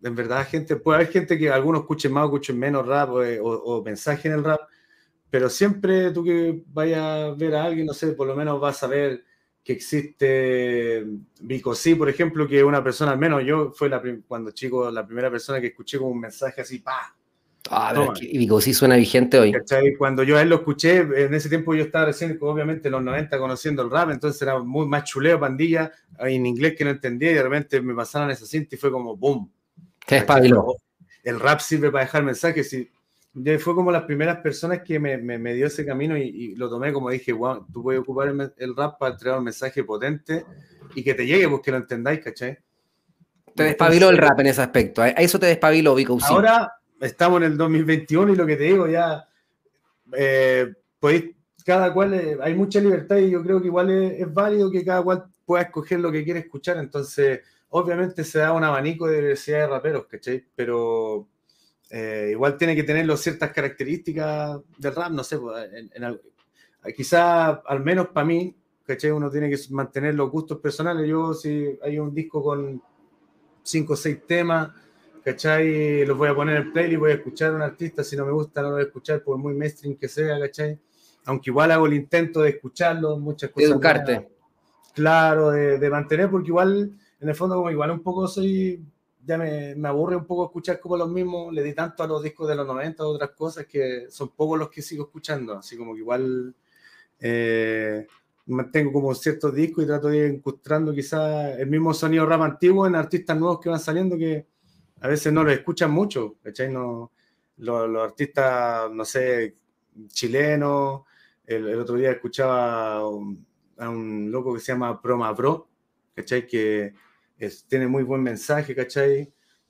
en verdad, gente, puede haber gente que algunos escuchen más o escuchen menos rap o mensaje en el rap, pero siempre tú que vayas a ver a alguien, no sé, por lo menos vas a ver que existe Vico C, por ejemplo, que es una persona, al menos yo, fue cuando chico, la primera persona que escuché con un mensaje así, ¡pa! Pero es que Vico C suena vigente hoy. ¿Cachai? Cuando yo a él lo escuché, en ese tiempo yo estaba recién, obviamente en los 90 conociendo el rap, entonces era muy más chuleo, pandilla, en inglés que no entendía, y de repente me pasaron esa cinta y fue como ¡boom! Te despabiló. El rap sirve para dejar mensajes y fue como las primeras personas que me dio ese camino y lo tomé como dije, wow, tú puedes ocupar el rap para entregar un mensaje potente y que te llegue, pues que lo entendáis, ¿cachai? Te despabiló el rap en ese aspecto, a eso te despabiló Vico C. Ahora estamos en el 2021 y lo que te digo ya, podéis, cada cual, hay mucha libertad y yo creo que igual es válido que cada cual pueda escoger lo que quiere escuchar, entonces obviamente se da un abanico de diversidad de raperos, ¿cachai? Pero igual tiene que tener ciertas características del rap, no sé, pues, quizá al menos para mí, ¿cachai? Uno tiene que mantener los gustos personales. Yo si hay un disco con 5 o 6 temas, ¿cachai? Los voy a poner en el playlist, voy a escuchar a un artista, si no me gusta no lo voy a escuchar por muy mainstream que sea, ¿cachai? Aunque igual hago el intento de escucharlo, muchas cosas. Educarte. Nuevas, claro, de mantener, porque igual, en el fondo, como igual un poco ya me aburre un poco escuchar como los mismos, le di tanto a los discos de los 90, a otras cosas, que son pocos los que sigo escuchando, así como que igual mantengo como ciertos discos y trato de ir encontrando quizás el mismo sonido rap antiguo en artistas nuevos que van saliendo que a veces no lo escuchan mucho, ¿cachai? No, los artistas, no sé, chilenos, el otro día escuchaba a un loco que se llama Proma Pro, ¿cachai? Que tiene muy buen mensaje, ¿cachai?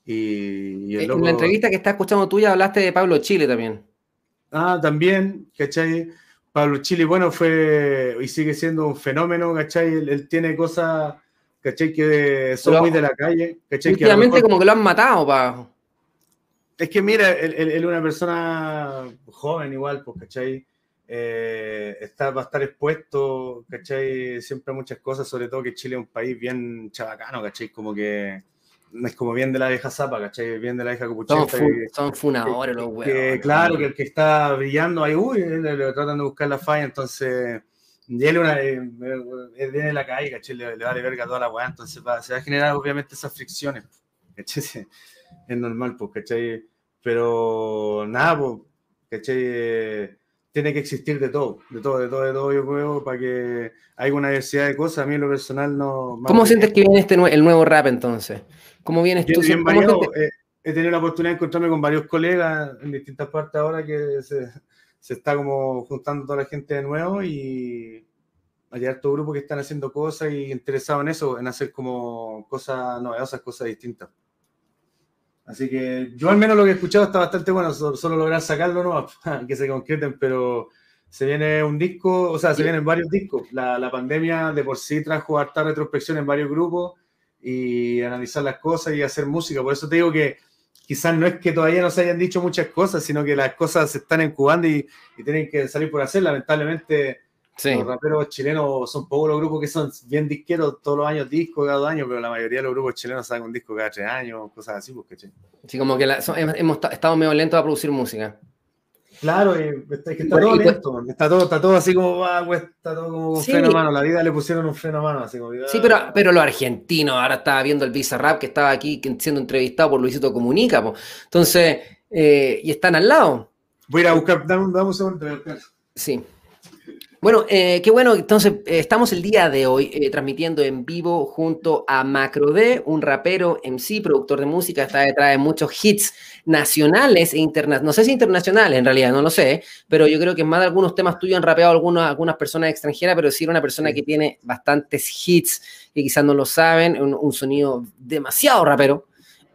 Y el loco, en la entrevista que estás escuchando tuya hablaste de Pablo Chile también. Ah, también, ¿cachai? Pablo Chile, bueno, fue y sigue siendo un fenómeno, ¿cachai? Él tiene cosas, ¿cachai? Que son muy de la calle, ¿cachai? Últimamente como que lo han matado, pa. Es que mira, él es una persona joven igual, pues, ¿cachai? Va a estar expuesto, ¿cachai? Siempre a muchas cosas, sobre todo que Chile es un país bien chabacano, ¿cachai? Como que es como bien de la vieja zapa, ¿cachai? Bien de la vieja cupuchenta. Son funadores los huevos. Claro, que el que está brillando ahí, le tratan de buscar la falla, entonces, y él viene de la calle, ¿cachai? Le vale verga toda la weá, entonces se va a generar obviamente esas fricciones, ¿cachai? Es normal, pues, ¿cachai? Pero nada, pues, ¿cachai? Tiene que existir de todo, yo creo, para que haya una diversidad de cosas. A mí en lo personal no... ¿Cómo sientes que viene el nuevo rap entonces? ¿Cómo vienes tú? Bien variado. He tenido la oportunidad de encontrarme con varios colegas en distintas partes ahora que se está como juntando toda la gente de nuevo y hay harto grupo que están haciendo cosas y interesados en eso, en hacer como cosas novedosas, cosas distintas. Así que yo al menos lo que he escuchado está bastante bueno, solo lograr sacarlo, ¿no? Que se concreten, pero se viene un disco, o sea, se vienen varios discos. La pandemia de por sí trajo harta retrospección en varios grupos y analizar las cosas y hacer música. Por eso te digo que quizás no es que todavía no se hayan dicho muchas cosas, sino que las cosas se están incubando y tienen que salir por hacer. Lamentablemente, los raperos chilenos son pocos los grupos que son bien disqueros, todos los años discos, cada 2 años, pero la mayoría de los grupos chilenos sacan un disco cada 3 años, cosas así, pues, ¿cachai? Sí, como que hemos estado medio lentos a producir música. Claro, es que está todo lento, está todo así como está todo como con freno a mano, la vida le pusieron un freno a mano, así como, sí, pero los argentinos, ahora estaba viendo el Bizarrap que estaba aquí siendo entrevistado por Luisito Comunica, po. Entonces, y están al lado. Voy a ir a buscar, dame un segundo. Sí. Bueno, qué bueno, entonces estamos el día de hoy transmitiendo en vivo junto a Macro D, un rapero MC, productor de música, está detrás de muchos hits nacionales e internacionales, no sé si internacionales en realidad, no lo sé, pero yo creo que más de algunos temas tuyos han rapeado algunas personas extranjeras, pero sí era una persona que tiene bastantes hits, que quizás no lo saben, un sonido demasiado rapero,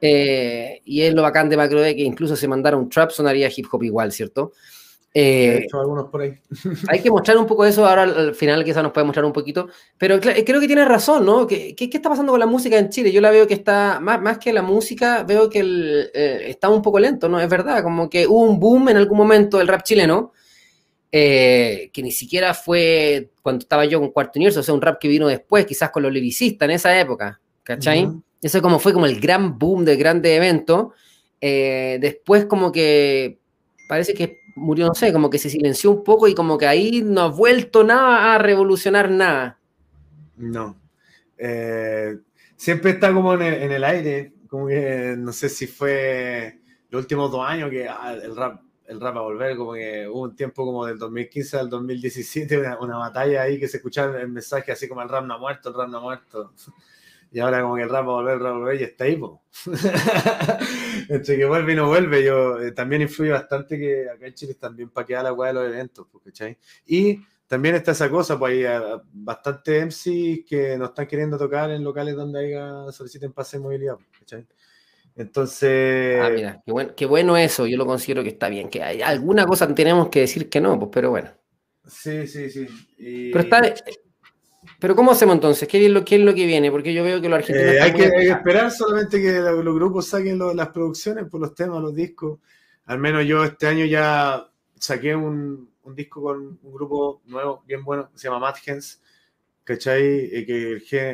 y es lo bacán de Macro D, que incluso si mandara un trap sonaría hip hop igual, ¿cierto? He hecho algunos por ahí. Hay que mostrar un poco eso, ahora al final quizás nos puede mostrar un poquito, pero creo que tiene razón, ¿no? ¿Qué está pasando con la música en Chile? Yo la veo que está, más que la música, veo que está un poco lento, ¿no? Es verdad, como que hubo un boom en algún momento del rap chileno, que ni siquiera fue cuando estaba yo con Cuarto Universo, o sea, un rap que vino después, quizás con los lyricistas en esa época, ¿cachai? Eso como fue como el gran boom del grande evento. Después como que parece que murió, no sé, como que se silenció un poco y como que ahí no ha vuelto nada a revolucionar nada. No. Eh, Siempre está como en el aire, como que no sé si fue los últimos 2 años que el rap va a volver, como que hubo un tiempo como del 2015 al 2017, una batalla ahí que se escuchaba el mensaje así como el rap no ha muerto, el rap no ha muerto. Y ahora como que el rap va a volver, el rap va a volver y está ahí, po. Entre que vuelve y no vuelve, yo también influye bastante que acá en Chile están bien paqueadas la weá de los eventos, ¿cachai? Y también está esa cosa, pues hay bastante MCs que no están queriendo tocar en locales donde haya, soliciten pase de movilidad, ¿cachai? Ah, Entonces, mira, qué bueno eso, yo lo considero que está bien, que hay alguna cosa tenemos que decir que no, pues, pero bueno. sí, sí, sí. Pero está, pero ¿cómo hacemos entonces? ¿Qué es lo que viene? Porque yo veo que los argentinos están Hay muy que alejados. esperar solamente que los grupos saquen las producciones por los temas, los discos. Al menos yo este año ya saqué un disco con un grupo nuevo, bien bueno, que se llama Mad Gens, ¿cachai? Y que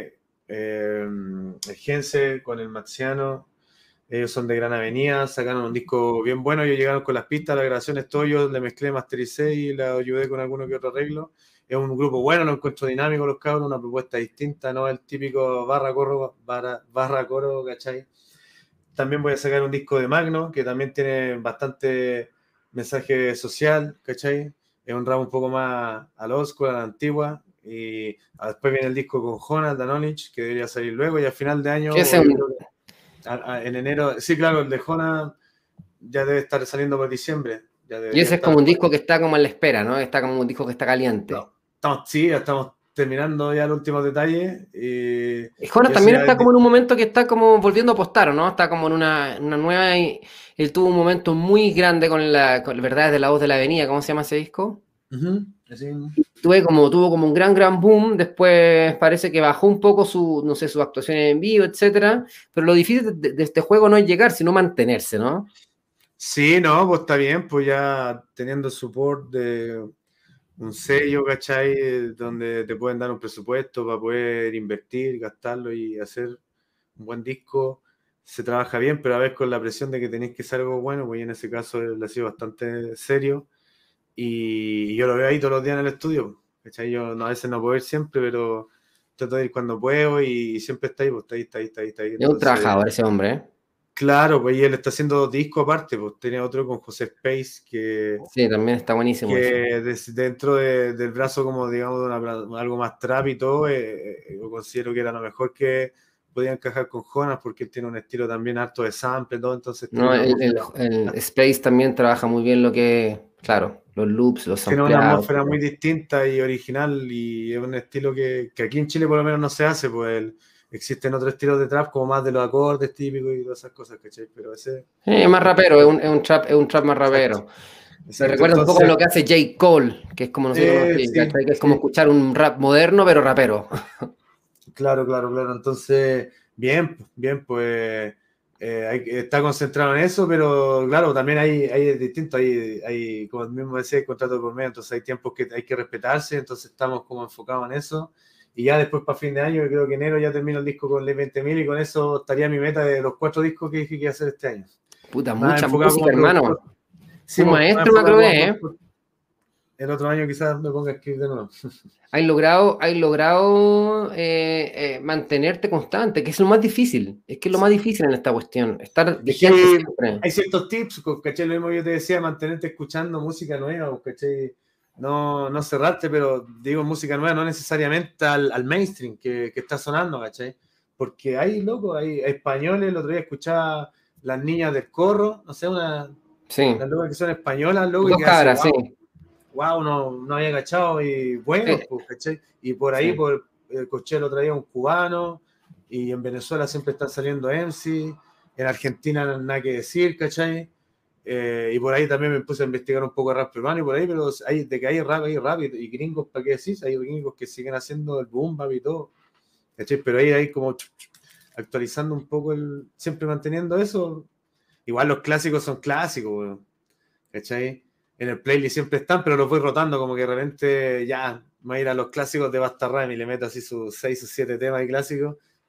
el Gense con el Maxiano, ellos son de Gran Avenida, sacaron un disco bien bueno, ellos llegaron con las pistas, las grabaciones, todo yo le mezclé, mastericé y la ayudé con alguno que otro arreglo. Es un grupo bueno, lo encuentro dinámico los cabros, una propuesta distinta, no el típico barra coro, ¿cachai? También voy a sacar un disco de Magno, que también tiene bastante mensaje social, ¿cachai? Es un rap un poco más al old school, a la antigua. Y después viene el disco con Jonas Danonich, que debería salir luego, y al final de año, ¿Qué es o yo creo que en enero, sí, claro, el de Jonas ya debe estar saliendo por diciembre, ya Y debería ese es estar. como un disco que está como en la espera, ¿no? Está como un disco que está caliente. No, sí, ya estamos terminando ya los últimos detalles. Jonas Y eso también ya está como en un momento que está como volviendo a apostar, ¿no? Está como en una nueva. Él tuvo un momento muy grande con Verdades de la Voz de la Avenida, ¿cómo se llama ese disco? Ujú, así. Tuvo como un gran boom, después parece que bajó un poco su, no sé, sus actuaciones en vivo, etcétera, pero lo difícil de este juego no es llegar, sino mantenerse, ¿no? Sí, no, pues está bien, pues ya teniendo support de un sello, ¿cachai? Donde te pueden dar un presupuesto para poder invertir, gastarlo y hacer un buen disco, se trabaja bien, pero a veces con la presión de que tenéis que hacer algo bueno, pues en ese caso él ha sido bastante serio y yo lo veo ahí todos los días en el estudio, ¿cachai? Yo a veces no puedo ir siempre, pero trato de ir cuando puedo y siempre está ahí, pues está ahí. Es un Entonces, trabajador ese hombre, ¿eh? claro, pues y él está haciendo 2 discos aparte, pues tenía otro con José Space Sí, también está buenísimo eso. dentro del brazo como digamos de algo más trap y todo, yo considero que era lo mejor que podía encajar con Jonas porque él tiene un estilo también harto de sample, todo, entonces tiene No, una atmósfera, el Space también trabaja muy bien lo que, claro, los loops, los tiene una sampleados. atmósfera muy distinta y original y es un estilo que aquí en Chile por lo menos no se hace, pues existen otros estilos de trap como más de los acordes típicos y todas esas cosas, ¿cachai? Pero ese Más rapero, es es un trap más exacto, rapero. Me exacto, recuerda un poco a entonces, lo que hace J. Cole, que es como, no sé si conocí, sí, ¿cachai? Que es como sí. escuchar un rap moderno, pero rapero. Claro, claro, claro. Entonces, bien, pues está concentrado en eso, pero claro, también hay distinto, como el mismo decía, el contrato por medio, entonces hay tiempos que hay que respetarse, entonces estamos como enfocados en eso. Y ya después para fin de año, yo creo que enero ya termino el disco con Ley 20.000 y con eso estaría mi meta de los 4 discos que dije que iba a hacer este año. Puta, Más mucha enfocado música, como productor. hermano. Sí, Un pues, más maestro me enfocado como acordé, ¿eh? productor. El otro año quizás me ponga a escribir de nuevo. Hay logrado mantenerte constante, que es lo más difícil. Es que es lo más difícil en esta cuestión. Estar Es vigente que siempre. hay ciertos tips, ¿cachai? Lo mismo que yo te decía, mantenerte escuchando música nueva, ¿cachai? No cerrarte, pero digo música nueva, no necesariamente al mainstream que está sonando, ¿cachai? Porque hay, loco, hay españoles, el otro día escuchaba Las Niñas del Corro, no sé, Sí. las locas que son españolas, loco, y Dos que hace, cabras, sí. wow, no había cachado, y Sí, bueno, pues, ¿cachai? Y por ahí, sí. escuché el otro día un cubano, y en Venezuela siempre están saliendo MC, en Argentina nada que decir, ¿cachai? Y por ahí también me puse a investigar un poco de rap peruano y por ahí, pero de que hay rap y gringos, ¿para qué decís? Hay gringos que siguen haciendo el boom bap y todo, ¿cachai? Pero ahí hay como actualizando un poco siempre manteniendo eso. Igual los clásicos son clásicos, weón, ¿cachai? En el playlist siempre están, pero los voy rotando, como que de repente ya me voy a ir a los clásicos de Basta Rhyme y le meto así sus 6 o 7 temas de clásicos,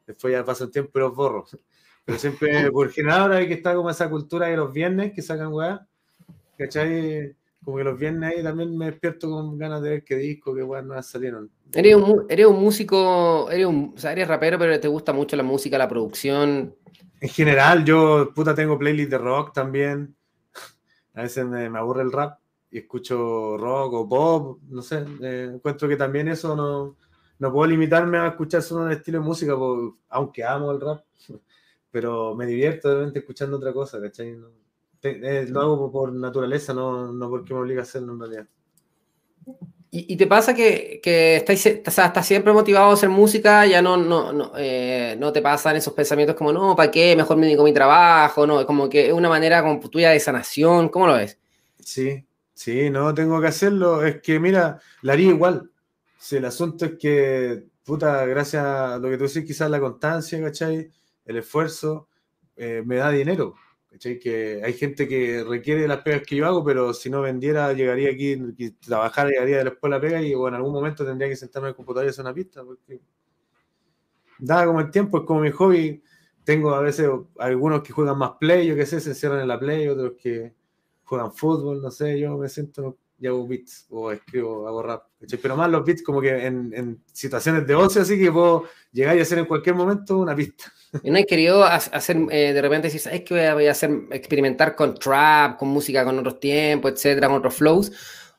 después ya pasa un tiempo y los borro. Pero siempre, por general, ahora hay que estar como esa cultura de los viernes que sacan weá, ¿cachai? Como que los viernes ahí también me despierto con ganas de ver qué disco, qué weá nuevas salieron. Eres un músico, o sea, eres rapero, pero te gusta mucho la música, la producción. En general, yo, puta, tengo playlist de rock también. A veces me aburre el rap y escucho rock o pop, no sé. Encuentro que también eso no puedo limitarme a escuchar solo un estilo de música, aunque amo el rap, pero me divierto de repente escuchando otra cosa, ¿cachai? Lo hago por naturaleza, no porque me obliga a hacerlo en realidad. ¿Y te pasa que estás siempre motivado a hacer música? Ya no te pasan esos pensamientos como, no, ¿para qué? Mejor me dedico a mi trabajo, ¿no? Como que es una manera como tuya de sanación. ¿Cómo lo ves? Sí, no tengo que hacerlo. Es que, mira, la haría igual. Sí, el asunto es que, puta, gracias a lo que tú decís, quizás la constancia, ¿cachai? El esfuerzo, me da dinero, ¿cachai? Que hay gente que requiere las pegas que yo hago, pero si no vendiera, llegaría aquí, y trabajar, llegaría después de la pega y, bueno, en algún momento tendría que sentarme en el computador y hacer una pista, porque da como el tiempo, es como mi hobby. Tengo a veces algunos que juegan más play, yo qué sé, se encierran en la play, otros que juegan fútbol, no sé, yo me siento y hago beats o escribo, hago rap, ¿cachai? Pero más los beats como que en situaciones de ocio, así que puedo llegar y hacer en cualquier momento una pista. ¿Y no has querido hacer, de repente decir, ¿sabes qué voy a hacer? Experimentar con trap, con música, con otros tiempos, etcétera, con otros flows.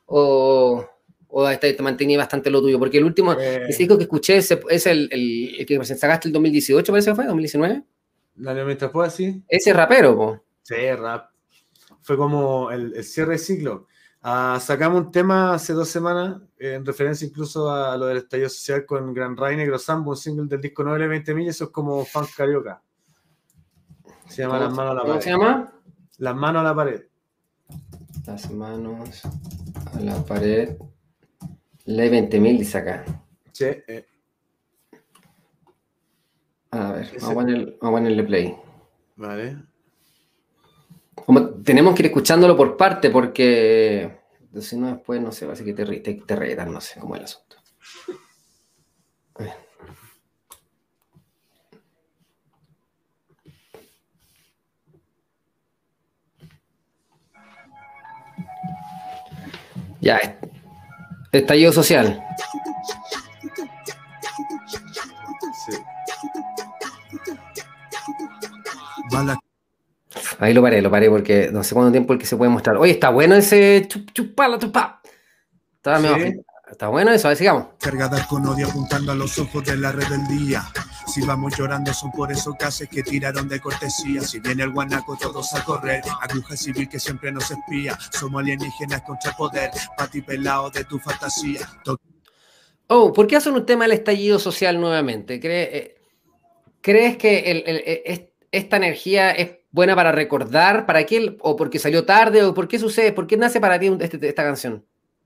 ¿O te mantenía bastante lo tuyo? Porque el último disco que escuché es el que sacaste el 2018, parece que fue, 2019. Mientras pueda, sí. Ese rapero, po. Sí, rap. Fue como el cierre de ciclo. Sacamos un tema hace 2 semanas, en referencia incluso a lo del estallido social con Gran Ray Negro Sambo, un single del disco 9 20 millas, eso es como funk carioca. Se llama Las manos a la pared. ¿Cómo se llama? Las manos a la pared. Las manos a la pared. Ley 20.000 dice acá. Sí. A ver, vamos a ponerle play. Vale. Tenemos que ir escuchándolo por parte porque si no después, no sé, parece que te retan, no sé cómo es el asunto. A ver. Ya, estallido social. Sí. Ahí lo paré porque no sé cuánto tiempo el que se puede mostrar. Oye, está bueno ese chupala, chupa. Está bueno eso, a ver, sigamos. Cargadas con odio apuntando a los ojos de la rebeldía. Si vamos llorando son por esos gases que tiraron de cortesía. Si viene el guanaco todos a correr. Aguja civil que siempre nos espía. Somos alienígenas contra poder. Pati pelado de tu fantasía. ¿Por qué hacen un tema del estallido social nuevamente? ¿Crees que esta energía es buena para recordar? ¿Para qué? ¿O porque salió tarde? ¿O por qué sucede? ¿Por qué nace para ti esta canción?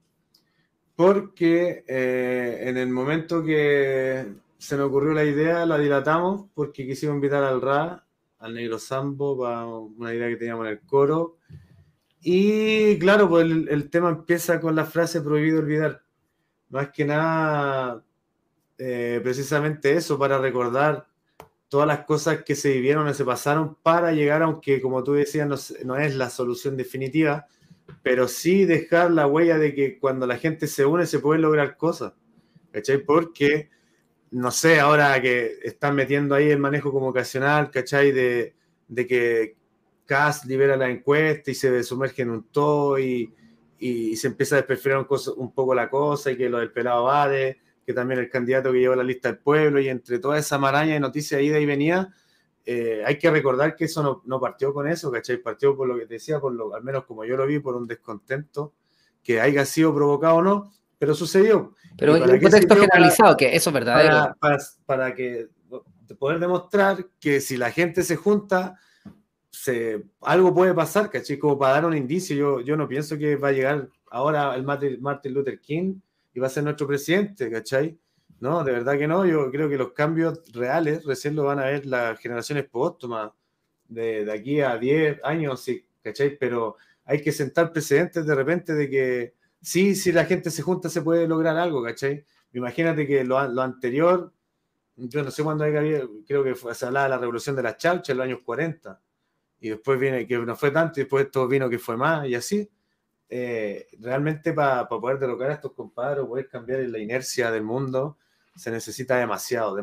Porque en el momento que se me ocurrió la idea, la dilatamos porque quisimos invitar al Ra, al Negro Sambo, para una idea que teníamos en el coro. Y claro, pues el tema empieza con la frase prohibido olvidar. Más que nada, precisamente eso, para recordar todas las cosas que se vivieron o se pasaron para llegar, aunque como tú decías, no es la solución definitiva, pero sí dejar la huella de que cuando la gente se une se pueden lograr cosas, ¿cachai? Porque, no sé, ahora que están metiendo ahí el manejo como ocasional, ¿cachai? De que Kass libera la encuesta y se sumerge en un todo y se empieza a desperfilar un poco la cosa y que lo del pelado Bade, que también el candidato que lleva la lista del pueblo y entre toda esa maraña de noticias ida y venía, hay que recordar que eso no partió con eso, ¿cachai? Partió por lo que te decía, al menos como yo lo vi, por un descontento que haya sido provocado o no, pero sucedió. Pero en un contexto generalizado, que eso es verdadero. Para que poder demostrar que si la gente se junta, algo puede pasar, ¿cachai? Como para dar un indicio. Yo no pienso que va a llegar ahora el Martin Luther King y va a ser nuestro presidente, ¿cachai? No, de verdad que no. Yo creo que los cambios reales recién lo van a ver las generaciones póstumas de aquí a 10 años, sí, ¿cachai? Pero hay que sentar precedentes de repente de que sí, si la gente se junta se puede lograr algo, ¿cachai? Imagínate que lo anterior yo no sé cuándo había, creo que se hablaba de la revolución de las chauchas en los años 40, y después viene que no fue tanto, y después esto vino que fue más, y así. Realmente para poder derrocar a estos compadres, poder cambiar la inercia del mundo, se necesita demasiado,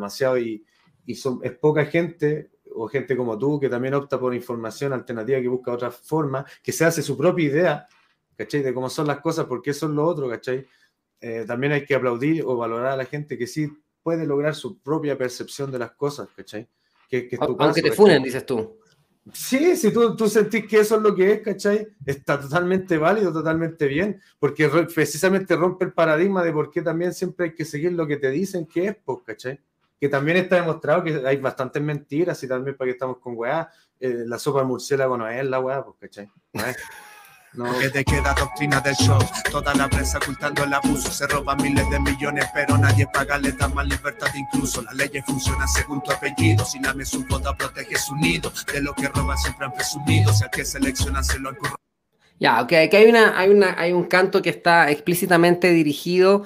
es poca gente, o gente como tú, que también opta por información alternativa, que busca otra forma, que se hace su propia idea, ¿cachai? De cómo son las cosas, porque eso es lo otro, ¿cachai? También hay que aplaudir o valorar a la gente que sí puede lograr su propia percepción de las cosas, ¿cachai? Que es tu Aunque caso, te ¿cachai? funen, dices tú. Sí, si tú sentís que eso es lo que es, ¿cachai? Está totalmente válido, totalmente bien, porque precisamente rompe el paradigma de por qué también siempre hay que seguir lo que te dicen que es, pues, ¿cachai? Que también está demostrado que hay bastantes mentiras y también para que estamos con weá, la sopa de murciélago no es la weá, pues, ¿cachai? No es. No. Que te queda doctrina del show, toda la prensa ocultando el abuso, se roban miles de millones pero nadie paga, le da más libertad incluso, las leyes funcionan según tu apellido, si lame su bota protege su nido, de lo que roban siempre han presumido, si al que seleccionan se lo han corrompido. Ya, ok, aquí hay un canto que está explícitamente dirigido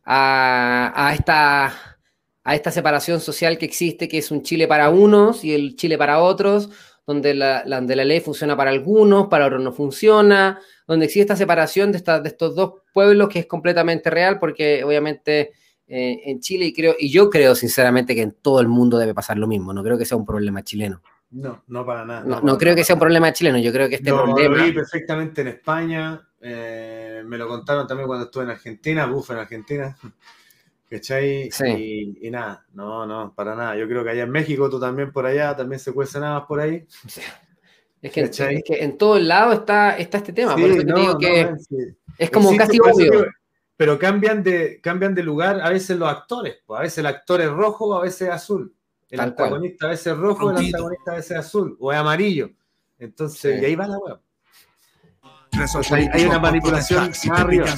a esta separación social que existe, que es un Chile para unos y el Chile para otros, donde donde la ley funciona para algunos, para otros no funciona, donde existe esta separación de estos dos pueblos que es completamente real, porque obviamente en Chile, y yo creo sinceramente que en todo el mundo debe pasar lo mismo, no creo que sea un problema chileno. No para nada. No creo que sea un problema chileno, yo creo que este problema... Lo vi perfectamente en España, me lo contaron también cuando estuve en Argentina, en Argentina, ¿cachai? Sí. Y nada, no, para nada. Yo creo que allá en México, tú también por allá, también se cuecen habas por ahí. Sí. Es que en todos lados está este tema, sí, por eso te digo que es como existe, casi obvio. Pero cambian de lugar a veces los actores, pues a veces el actor es rojo, a veces es azul. El tal antagonista cual. A veces es rojo, el antagonista a veces es azul, o es amarillo. Entonces, sí. Y ahí va la web. Hay una manipulación más arriba.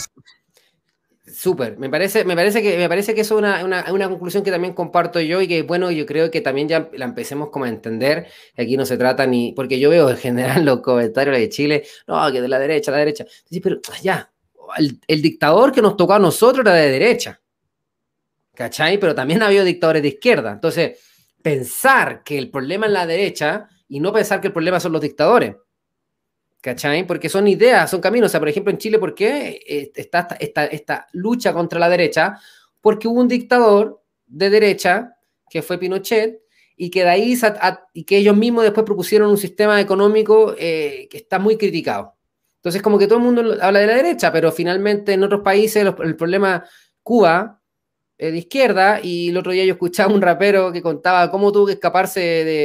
Súper, me parece que eso es una conclusión que también comparto yo y que bueno, yo creo que también ya la empecemos como a entender, aquí no se trata ni, porque yo veo en general los comentarios de Chile, no, que de la derecha, sí, pero ya, el dictador que nos tocó a nosotros era de derecha, ¿cachai? Pero también ha habido dictadores de izquierda, entonces pensar que el problema es la derecha y no pensar que el problema son los dictadores, ¿cachai? Porque son ideas, son caminos. O sea, por ejemplo, en Chile, ¿por qué está esta lucha contra la derecha? Porque hubo un dictador de derecha, que fue Pinochet, y que de ahí y que ellos mismos después propusieron un sistema económico que está muy criticado. Entonces, como que todo el mundo habla de la derecha, pero finalmente en otros países el problema, Cuba, de izquierda, y el otro día yo escuchaba un rapero que contaba cómo tuvo que escaparse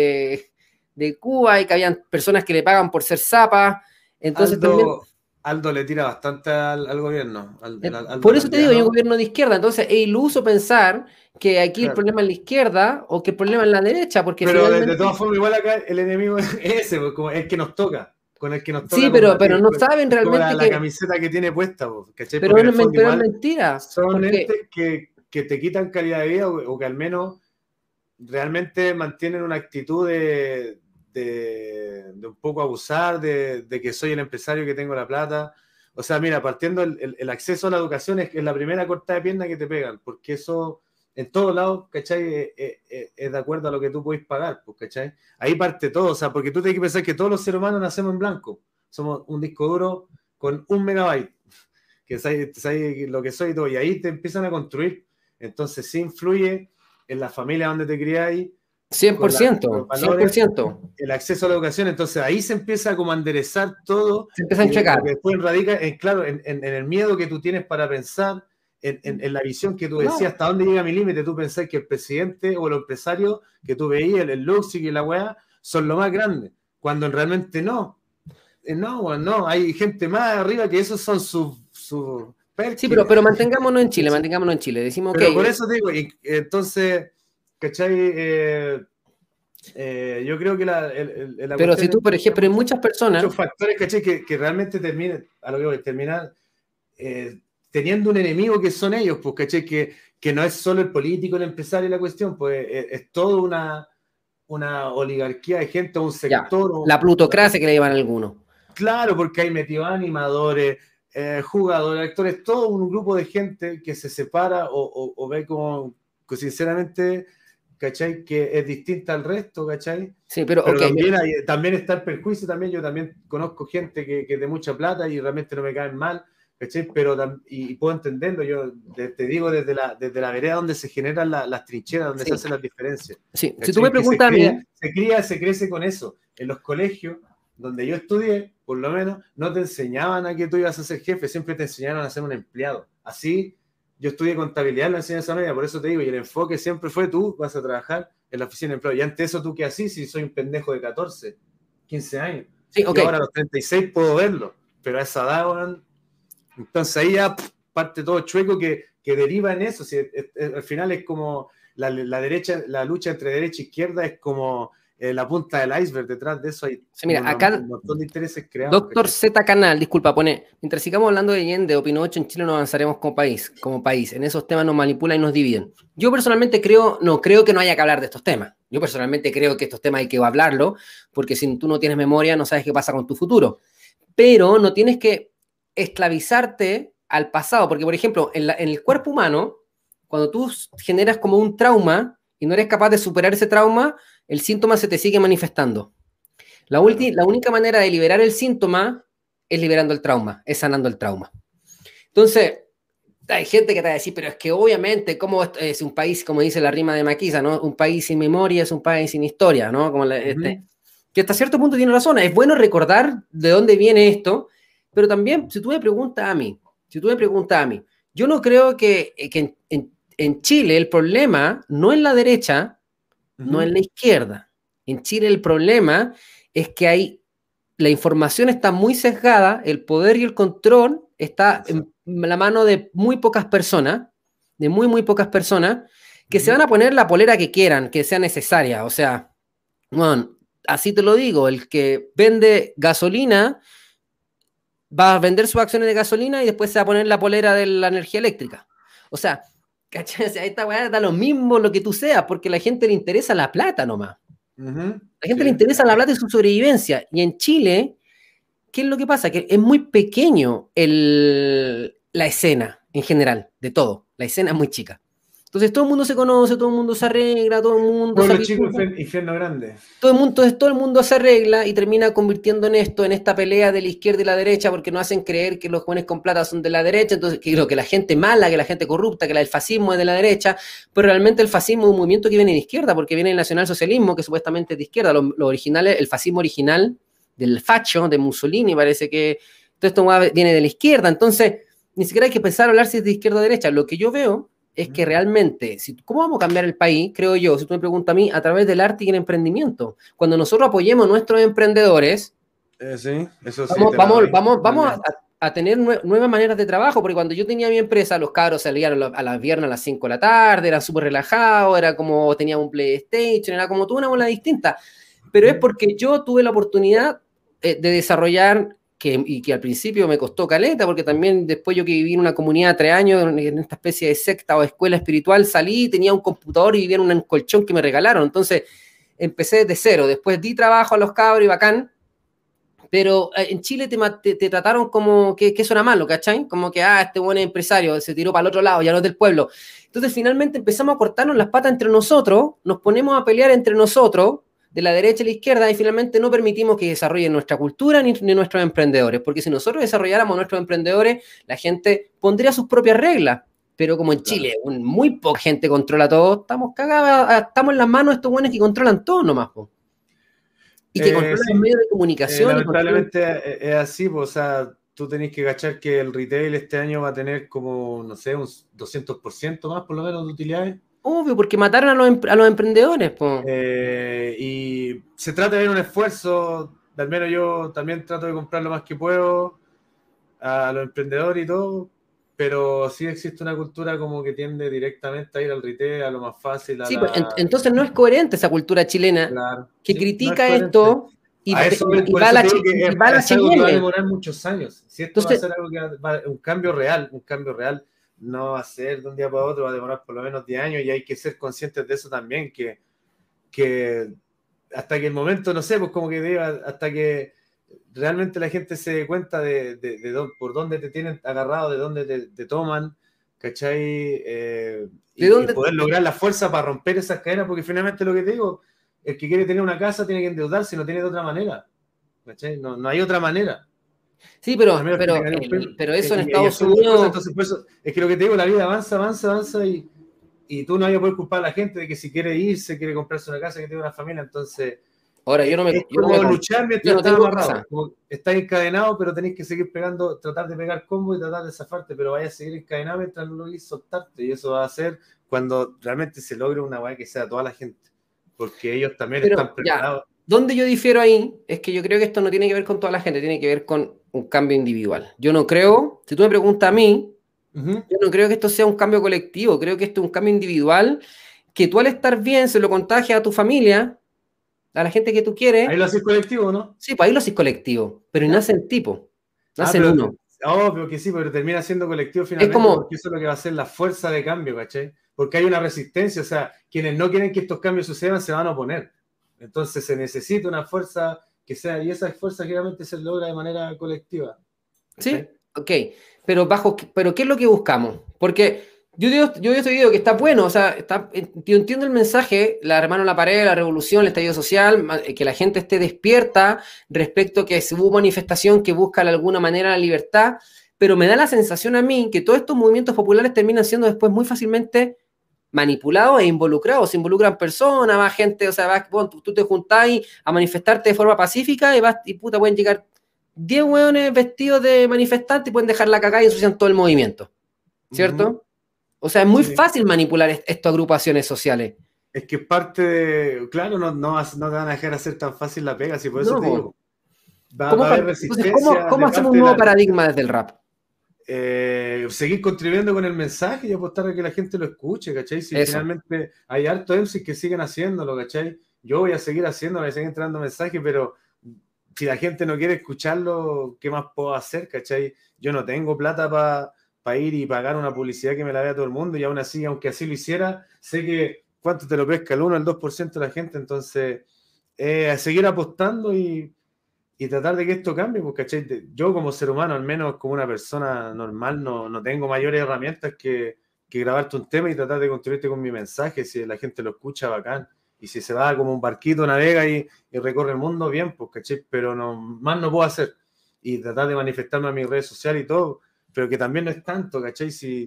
de Cuba y que habían personas que le pagan por ser zapas. Entonces Aldo le tira bastante al gobierno. Por eso te digo, hay un gobierno de izquierda. Entonces es iluso pensar que aquí el problema es la izquierda o que el problema es la derecha. Porque pero de todas formas, igual acá el enemigo es ese, como el que nos toca. Con el que nos toca. Sí, pero no saben realmente la camiseta que tiene puesta, ¿cachai? Pero es mentira. Son entes que te quitan calidad de vida o que al menos realmente mantienen una actitud de un poco abusar, de que soy el empresario que tengo la plata. O sea, mira, partiendo el acceso a la educación es la primera corta de pierna que te pegan, porque eso en todos lados, ¿cachai? Es de acuerdo a lo que tú puedes pagar, pues, ¿cachai? Ahí parte todo, o sea, porque tú tienes que pensar que todos los seres humanos nacemos en blanco. Somos un disco duro con 1 megabyte, que sabes lo que soy y todo, y ahí te empiezan a construir. Entonces sí influye en la familia donde te criáis, 100%, valores, 100%. El acceso a la educación, entonces ahí se empieza como a enderezar todo. Se empieza a checar. Lo que después radica, claro, en el miedo que tú tienes para pensar, en la visión que tú decías, hasta dónde llega mi límite. Tú pensás que el presidente o los empresarios que tú veías, el Luxi y la weá, son lo más grande, cuando realmente no. No, hay gente más arriba que esos son sus sí, pero mantengámonos en Chile, decimos pero que... por eso digo, entonces... ¿Cachai? Yo creo que pero si tú, por ejemplo, hay muchas personas... Muchos factores, ¿cachai? Que realmente terminan teniendo un enemigo que son ellos, pues, ¿cachai? Que no es solo el político, el empresario y la cuestión, pues es toda una oligarquía de gente, un sector... Ya, la plutocracia que le llevan algunos. Claro, porque hay metidos animadores, jugadores, actores, todo un grupo de gente que se separa o ve como... que sinceramente... ¿cachai? Que es distinta al resto, ¿cachai? Sí, pero Pero ok, también está el perjuicio, también yo también conozco gente que es de mucha plata y realmente no me caen mal, ¿cachai? Pero y puedo entenderlo, yo te digo desde la vereda donde se generan las trincheras, donde sí, se hacen las diferencias. sí. ¿Cachai? Si tú me preguntas a mí, Se crece con eso. En los colegios donde yo estudié, por lo menos, no te enseñaban a que tú ibas a ser jefe, siempre te enseñaron a ser un empleado. Así, yo estudié contabilidad en la enseñanza media, por eso te digo, y el enfoque siempre fue tú vas a trabajar en la oficina de empleo. Y antes eso, ¿tú qué hacís si soy un pendejo de 14, 15 años? sí, Yo ahora a los 36 puedo verlo, pero a esa edad, bueno, entonces ahí ya parte todo chueco que deriva en eso. Si, al final es como la derecha, la lucha entre derecha e izquierda es como la punta del iceberg. Detrás de eso hay sí, mira, acá un montón de intereses creados. Doctor Z Canal, disculpa, pone, mientras sigamos hablando de Allende o Pinochet en Chile no avanzaremos como país. En esos temas nos manipulan y nos dividen. Yo personalmente creo que no haya que hablar de estos temas. Yo personalmente creo que estos temas hay que hablarlo, porque si tú no tienes memoria no sabes qué pasa con tu futuro. Pero no tienes que esclavizarte al pasado, porque por ejemplo, en el cuerpo humano, cuando tú generas como un trauma y no eres capaz de superar ese trauma, el síntoma se te sigue manifestando. La única manera de liberar el síntoma es liberando el trauma, es sanando el trauma. Entonces, hay gente que te va a decir, pero es que obviamente, ¿cómo es un país, como dice la rima de Maquisa, ¿no? Un país sin memoria es un país sin historia, ¿no? Como que hasta cierto punto tiene razón. Es bueno recordar de dónde viene esto, pero también, si tú me preguntas a mí, yo no creo que en Chile el problema no es la derecha, no es la izquierda. En Chile el problema es que la información está muy sesgada, el poder y el control está en la mano de muy pocas personas, muy pocas personas, que se van a poner la polera que quieran, que sea necesaria. O sea, bueno, así te lo digo, el que vende gasolina va a vender sus acciones de gasolina y después se va a poner la polera de la energía eléctrica. O sea, ¿cachai? O sea, esta weá da lo mismo lo que tú seas, porque a la gente le interesa la plata nomás. La gente le interesa la plata y su sobrevivencia. Y en Chile, ¿qué es lo que pasa? Que es muy pequeño la escena en general, de todo. La escena es muy chica. Entonces todo el mundo se conoce, todo el mundo se arregla, todo el mundo Pueblo se chico, infierno grande. todo el mundo se arregla y termina convirtiendo en esta pelea de la izquierda y la derecha, porque nos hacen creer que los jóvenes con plata son de la derecha, entonces que la gente mala, que la gente corrupta, que el fascismo es de la derecha, pero realmente el fascismo es un movimiento que viene de izquierda, porque viene del nacionalsocialismo, que supuestamente es de izquierda. Lo original, el fascismo original del facho, de Mussolini, parece que todo esto viene de la izquierda. Entonces ni siquiera hay que pensar a hablar si es de izquierda o derecha. Lo que yo veo es que realmente, ¿cómo vamos a cambiar el país? Creo yo, si tú me preguntas a mí, a través del arte y el emprendimiento. Cuando nosotros apoyemos a nuestros emprendedores, sí, eso sí, vamos a tener nuevas maneras de trabajo, porque cuando yo tenía mi empresa, los cabros salían a las viernes a las 5 de la tarde, eran súper relajados, era como tenía un PlayStation, era como toda una bola distinta. Pero es porque yo tuve la oportunidad de desarrollar, y que al principio me costó caleta, porque también después yo que viví en una comunidad de 3 años, en esta especie de secta o escuela espiritual, salí, tenía un computador y vivía en un colchón que me regalaron. Entonces empecé desde cero, después di trabajo a los cabros y bacán, pero en Chile te trataron como que eso era malo, ¿cachai? Como que, este buen empresario se tiró para el otro lado, ya no es del pueblo. Entonces finalmente empezamos a cortarnos las patas entre nosotros, nos ponemos a pelear entre nosotros, de la derecha a la izquierda, y finalmente no permitimos que desarrollen nuestra cultura ni nuestros emprendedores, porque si nosotros desarrolláramos nuestros emprendedores, la gente pondría sus propias reglas, pero como en Chile muy poca gente controla todo, estamos cagados, estamos en las manos de estos buenos que controlan todo nomás, po. Y que controlan los medios de comunicación. Lamentablemente es así, pues, o sea, tú tenés que cachar que el retail este año va a tener como, no sé, un 200% más por lo menos de utilidades. Obvio, porque mataron a los emprendedores, po. Y se trata de un esfuerzo, al menos yo también trato de comprar lo más que puedo a los emprendedores y todo, pero sí existe una cultura como que tiende directamente a ir al retail, a lo más fácil. Sí, pues, entonces no es coherente esa cultura chilena, que sí, critica no esto y va a la H&M. Va a demorar muchos años. Si esto entonces, va a ser algo que un cambio real, no va a ser de un día para otro, va a demorar por lo menos 10 años y hay que ser conscientes de eso también, que hasta que el momento, no sé, pues como que diga, hasta que realmente la gente se dé cuenta de por dónde te tienen agarrado, de dónde te toman, ¿cachai? ¿De dónde? Y poder lograr la fuerza para romper esas cadenas, porque finalmente lo que te digo, el que quiere tener una casa tiene que endeudarse, no tiene de otra manera, ¿cachai? No hay otra manera. Sí, Al menos que tenga pero eso en y Estados hacer muchas cosas. Unidos... Entonces, por eso, es que lo que te digo, la vida avanza y tú no vas a poder culpar a la gente de que si quiere irse, quiere comprarse una casa, que tiene una familia, entonces Ahora, es como luchar yo mientras no estás tengo amarrado. casa. Como estás encadenado, pero tenés que seguir pegando, tratar de pegar combo y tratar de zafarte, pero vayas a seguir encadenado mientras no logres soltarte. Y eso va a ser cuando realmente se logre una weá que sea toda la gente. Porque ellos también Pero están ya, preparados. donde yo difiero ahí es que yo creo que esto no tiene que ver con toda la gente, tiene que ver con un cambio individual. Yo no creo, si tú me preguntas a mí, yo no creo que esto sea un cambio colectivo, creo que esto es un cambio individual que tú al estar bien se lo contagias a tu familia, a la gente que tú quieres. Ahí lo haces colectivo, ¿no? Sí, pues ahí lo haces colectivo, pero ¿Ya? nacen tipo, nacen Pero uno. obvio que sí, pero termina siendo colectivo Es finalmente como, porque eso es lo que va a ser la fuerza de cambio, ¿cachai? Porque hay una resistencia, o sea, quienes no quieren que estos cambios sucedan se van a oponer. Entonces se necesita una fuerza que sea, y esa fuerza generalmente se logra de manera colectiva. sí, ¿Cachai? ok, pero ¿qué es lo que buscamos? Porque yo he oído que está bueno, o sea, yo entiendo el mensaje, la hermano en la pared, la revolución, el estallido social, que la gente esté despierta respecto a que si hubo manifestación que busca de alguna manera la libertad, pero me da la sensación a mí que todos estos movimientos populares terminan siendo después muy fácilmente manipulados e involucrados, se involucran personas, va gente, o sea, bueno, tú te juntás a manifestarte de forma pacífica y puta, pueden llegar 10 hueones vestidos de manifestantes y pueden dejar la cagada y ensucian todo el movimiento, ¿cierto? O sea, es muy Sí. fácil manipular estas agrupaciones sociales. Es que parte de, claro, no te van a dejar hacer tan fácil la pega, si por eso No, te digo, va a haber entonces, resistencia ¿cómo de hacemos parte un de nuevo paradigma desde el rap? seguir contribuyendo con el mensaje y apostar a que la gente lo escuche, ¿cachai? Si Eso. finalmente hay hartos MCs que siguen haciéndolo, ¿cachai? Yo voy a seguir haciéndolo, voy a seguir entrando mensajes, pero si la gente no quiere escucharlo, ¿qué más puedo hacer, cachai? Yo no tengo plata para ir y pagar una publicidad que me la vea todo el mundo y aún así, aunque así lo hiciera, sé que cuánto te lo pesca el 1 al 2% de la gente, entonces a seguir apostando y tratar de que esto cambie, porque ¿cachai? Yo como ser humano, al menos como una persona normal, no tengo mayores herramientas que grabarte un tema y tratar de construirte con mi mensaje, si la gente lo escucha, bacán, y si se va como un barquito, navega y recorre el mundo, bien, pues, ¿cachai? Pero más no puedo hacer, y tratar de manifestarme en mis redes sociales y todo, pero que también no es tanto, ¿cachai?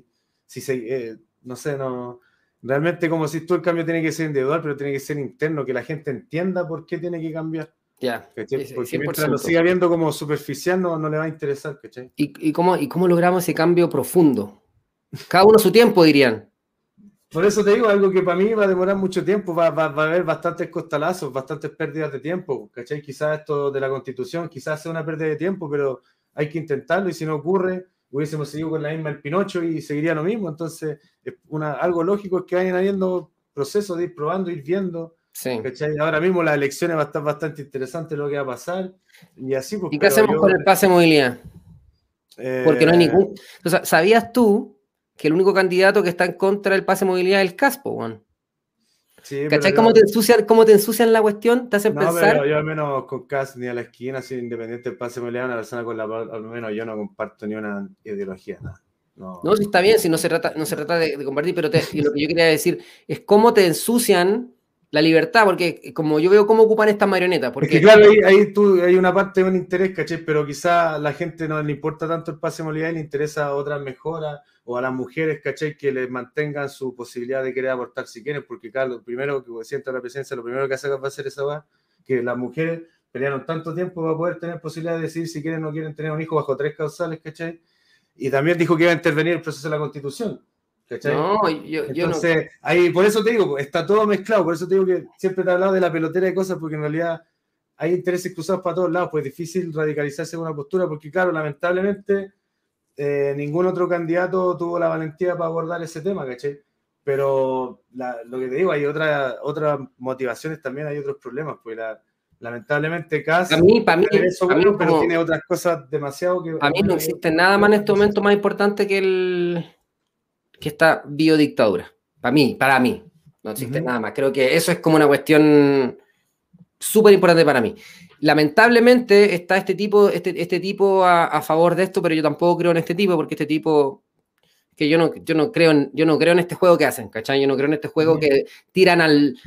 No sé, realmente como si tú el cambio tiene que ser individual, pero tiene que ser interno, que la gente entienda por qué tiene que cambiar. Ya, Porque mientras lo 100%. siga viendo como superficial, no le va a interesar, ¿cachai? ¿Y cómo logramos ese cambio profundo? Cada uno a su tiempo, dirían. Por eso te digo, algo que para mí va a demorar mucho tiempo, va a haber bastantes costalazos, bastantes pérdidas de tiempo, ¿cachai? Quizás esto de la Constitución, quizás sea una pérdida de tiempo, pero hay que intentarlo y si no ocurre, hubiésemos seguido con la misma el Pinocho y seguiría lo mismo. Entonces, algo lógico es que vayan habiendo procesos de ir probando, ir viendo. Sí. ¿Cachai? Ahora mismo las elecciones va a estar bastante interesante lo que va a pasar y así pues. ¿Y qué hacemos con el pase de movilidad? Porque no hay ningún... O sea, ¿sabías tú que el único candidato que está en contra del pase de movilidad es el Caspo, Juan? Sí, ¿Cachai? ¿Cómo te ensucian la cuestión? ¿Te hacen pensar? Pero yo al menos con Cas ni a la esquina, si independiente del pase de movilidad, una persona con la al menos yo no comparto ni una ideología, nada. No, si está bien, si no se trata de compartir, pero lo que yo quería decir es cómo te ensucian la libertad, porque como yo veo cómo ocupan estas marionetas. Porque... Es que claro, hay una parte de un interés, ¿cachai? Pero quizá a la gente no le importa tanto el pase de movilidad y le interesa otras mejoras, o a las mujeres, ¿cachai? Que les mantengan su posibilidad de querer abortar si quieren, porque claro, lo primero que siento la presidencia, lo primero que hace va a ser esa va, que las mujeres pelearon tanto tiempo para poder tener posibilidad de decidir si quieren o no quieren tener un hijo bajo 3 causales, ¿cachai? Y también dijo que iba a intervenir el proceso de la Constitución, ¿cachai? No, Entonces, no. Ahí, por eso te digo, está todo mezclado, por eso te digo que siempre te he hablado de la pelotera de cosas, porque en realidad hay intereses cruzados para todos lados, pues es difícil radicalizarse en una postura, porque claro, lamentablemente ningún otro candidato tuvo la valentía para abordar ese tema, ¿cachai? Pero lo que te digo, hay otras motivaciones también, hay otros problemas, pues lamentablemente Kass pero tiene otras cosas demasiado que... A mí no existe nada más en este momento más importante que esta biodictadura. Para mí, no existe nada más. Creo que eso es como una cuestión súper importante para mí. Lamentablemente está este tipo a favor de esto, pero yo tampoco creo en este tipo, porque este tipo Que yo no creo en este juego que hacen, ¿cachai? Yo no creo en este juego que tiran al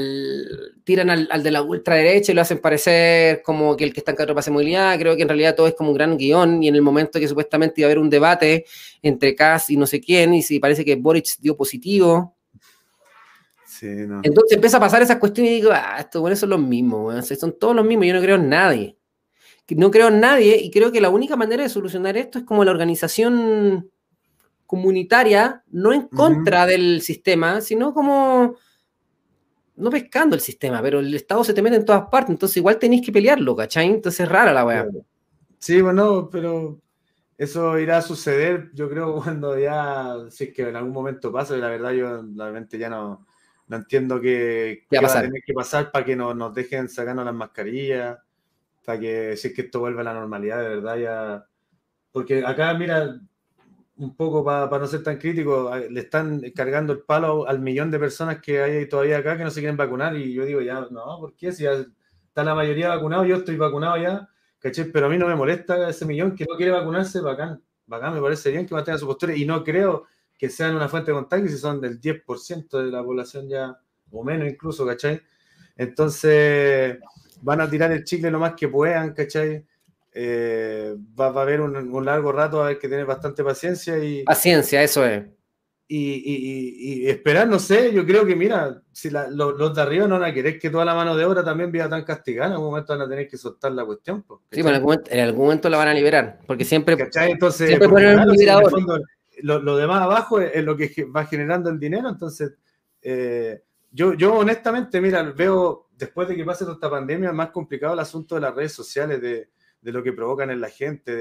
de la ultraderecha y lo hacen parecer como que el que está en cuatro pase movilidad. Creo que en realidad todo es como un gran guión, y en el momento que supuestamente iba a haber un debate entre Kast y no sé quién, y si parece que Boric dio positivo. Sí, no. Entonces empieza a pasar esas cuestiones y digo, estos buenos son los mismos, bueno, son todos los mismos, yo no creo en nadie. No creo en nadie, y creo que la única manera de solucionar esto es como la organización comunitaria, no en contra del sistema, sino como no pescando el sistema, pero el Estado se te mete en todas partes, entonces igual tenéis que pelearlo, ¿cachai? Entonces es rara la weá. Sí, bueno, pero eso irá a suceder, yo creo, cuando ya, si es que en algún momento pasa, y la verdad yo realmente ya no entiendo qué va a tener que pasar para que nos dejen sacarnos las mascarillas, para que, si es que esto vuelva a la normalidad, de verdad ya, porque acá, mira, un poco para no ser tan crítico, le están cargando el palo al millón de personas que hay todavía acá que no se quieren vacunar, y yo digo, ya, no, ¿por qué? Si ya está la mayoría vacunado, yo estoy vacunado ya, ¿cachai? Pero a mí no me molesta ese millón que no quiere vacunarse, bacán, me parece bien que mantenga su postura, y no creo que sean una fuente de contagio si son del 10% de la población ya, o menos incluso, ¿cachai? Entonces, van a tirar el chicle lo más que puedan, ¿cachai? Va a haber un largo rato, va a haber que tener bastante paciencia paciencia, eso es. Y esperar, no sé, yo creo que mira, si los de arriba no van a querer que toda la mano de obra también viva tan castigada, en algún momento van a tener que soltar la cuestión. Sí, bueno, en algún momento la van a liberar, porque siempre, entonces, siempre porque, ponen claro, un si en el liberador. fondo, lo de más abajo es lo que va generando el dinero, entonces yo honestamente, mira, veo, después de que pase toda esta pandemia, más complicado el asunto de las redes sociales, de lo que provocan en la gente,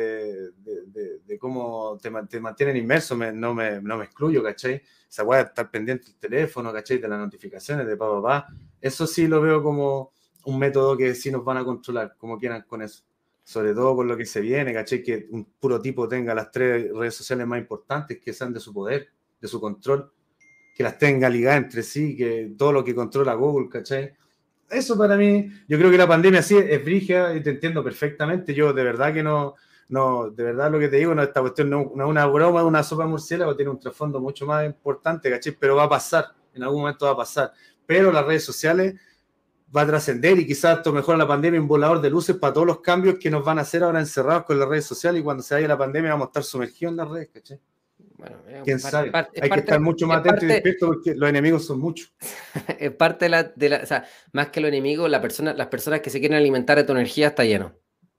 de cómo te mantienen inmerso, no me excluyo, ¿cachai? Esa weá de estar pendiente del teléfono, ¿cachai? De las notificaciones, de papá. Eso sí lo veo como un método que sí nos van a controlar, como quieran con eso. Sobre todo por lo que se viene, ¿cachai? Que un puro tipo tenga las 3 redes sociales más importantes, que sean de su poder, de su control, que las tenga ligadas entre sí, que todo lo que controla Google, ¿cachai? Eso para mí, yo creo que la pandemia sí es brígida y te entiendo perfectamente. Yo de verdad que no, de verdad lo que te digo, no, esta cuestión no es una broma, una sopa murciélago, tiene un trasfondo mucho más importante, ¿cachai? Pero va a pasar, en algún momento va a pasar. Pero las redes sociales va a trascender, y quizás esto mejora la pandemia, un volador de luces para todos los cambios que nos van a hacer ahora encerrados con las redes sociales, y cuando se vaya la pandemia vamos a estar sumergidos en las redes, ¿cachai? Bueno, quién sabe, hay que estar mucho más atento y despierto, porque los enemigos son muchos. Es parte o sea, más que los enemigos, las personas que se quieren alimentar de tu energía está lleno.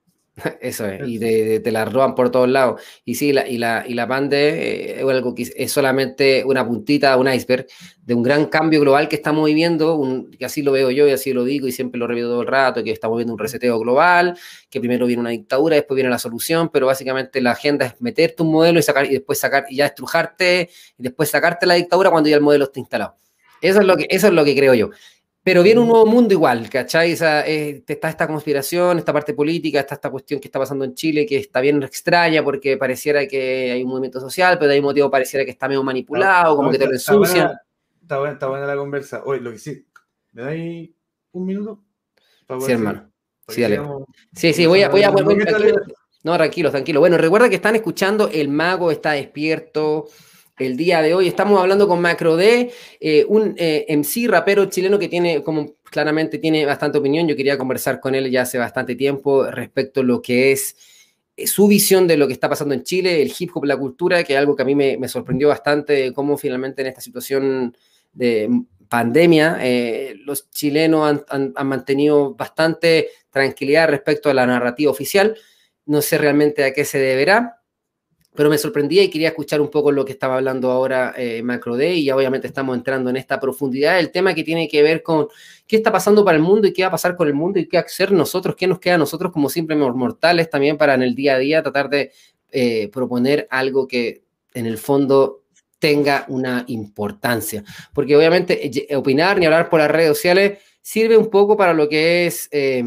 Eso es, y te la roban por todos lados. Y sí, la pande es algo que es solamente una puntita, un iceberg de un gran cambio global que estamos viviendo, que así lo veo yo y así lo digo y siempre lo repito todo el rato, que estamos viendo un reseteo global, que primero viene una dictadura, después viene la solución, pero básicamente la agenda es meterte un modelo y después sacar y ya estrujarte y después sacarte la dictadura cuando ya el modelo está instalado. Eso es lo que creo yo. Pero viene un nuevo mundo igual, ¿cachai? O sea, está esta conspiración, esta parte política, está esta cuestión que está pasando en Chile, que está bien extraña porque pareciera que hay un movimiento social, pero de ahí motivo pareciera que está medio manipulado, como que te lo ensucian. Está buena la conversa. Oye, lo que sí, ¿me dais un minuto? Sí, hermano. Sí, dale. Sí, voy a tranquilo. No, tranquilo. Bueno, recuerda que están escuchando El Mago Está Despierto. El día de hoy estamos hablando con Macro D, un MC rapero chileno que tiene, como claramente tiene bastante opinión. Yo quería conversar con él ya hace bastante tiempo respecto a lo que es su visión de lo que está pasando en Chile, el hip hop, la cultura, que es algo que a mí me sorprendió bastante, cómo finalmente en esta situación de pandemia, los chilenos han mantenido bastante tranquilidad respecto a la narrativa oficial. No sé realmente a qué se deberá, pero me sorprendía y quería escuchar un poco lo que estaba hablando ahora Macro D, y ya obviamente estamos entrando en esta profundidad del tema que tiene que ver con qué está pasando para el mundo y qué va a pasar con el mundo y qué hacer nosotros, qué nos queda a nosotros como simples mortales también para en el día a día tratar de proponer algo que en el fondo tenga una importancia. Porque obviamente opinar ni hablar por las redes sociales sirve un poco para lo que es...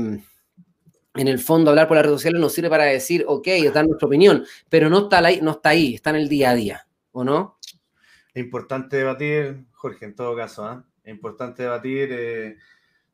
en el fondo, hablar por las redes sociales nos sirve para decir, ok, dar nuestra opinión, pero no está ahí, está en el día a día, ¿o no? Es importante debatir, Jorge, en todo caso, ¿eh? Es importante debatir.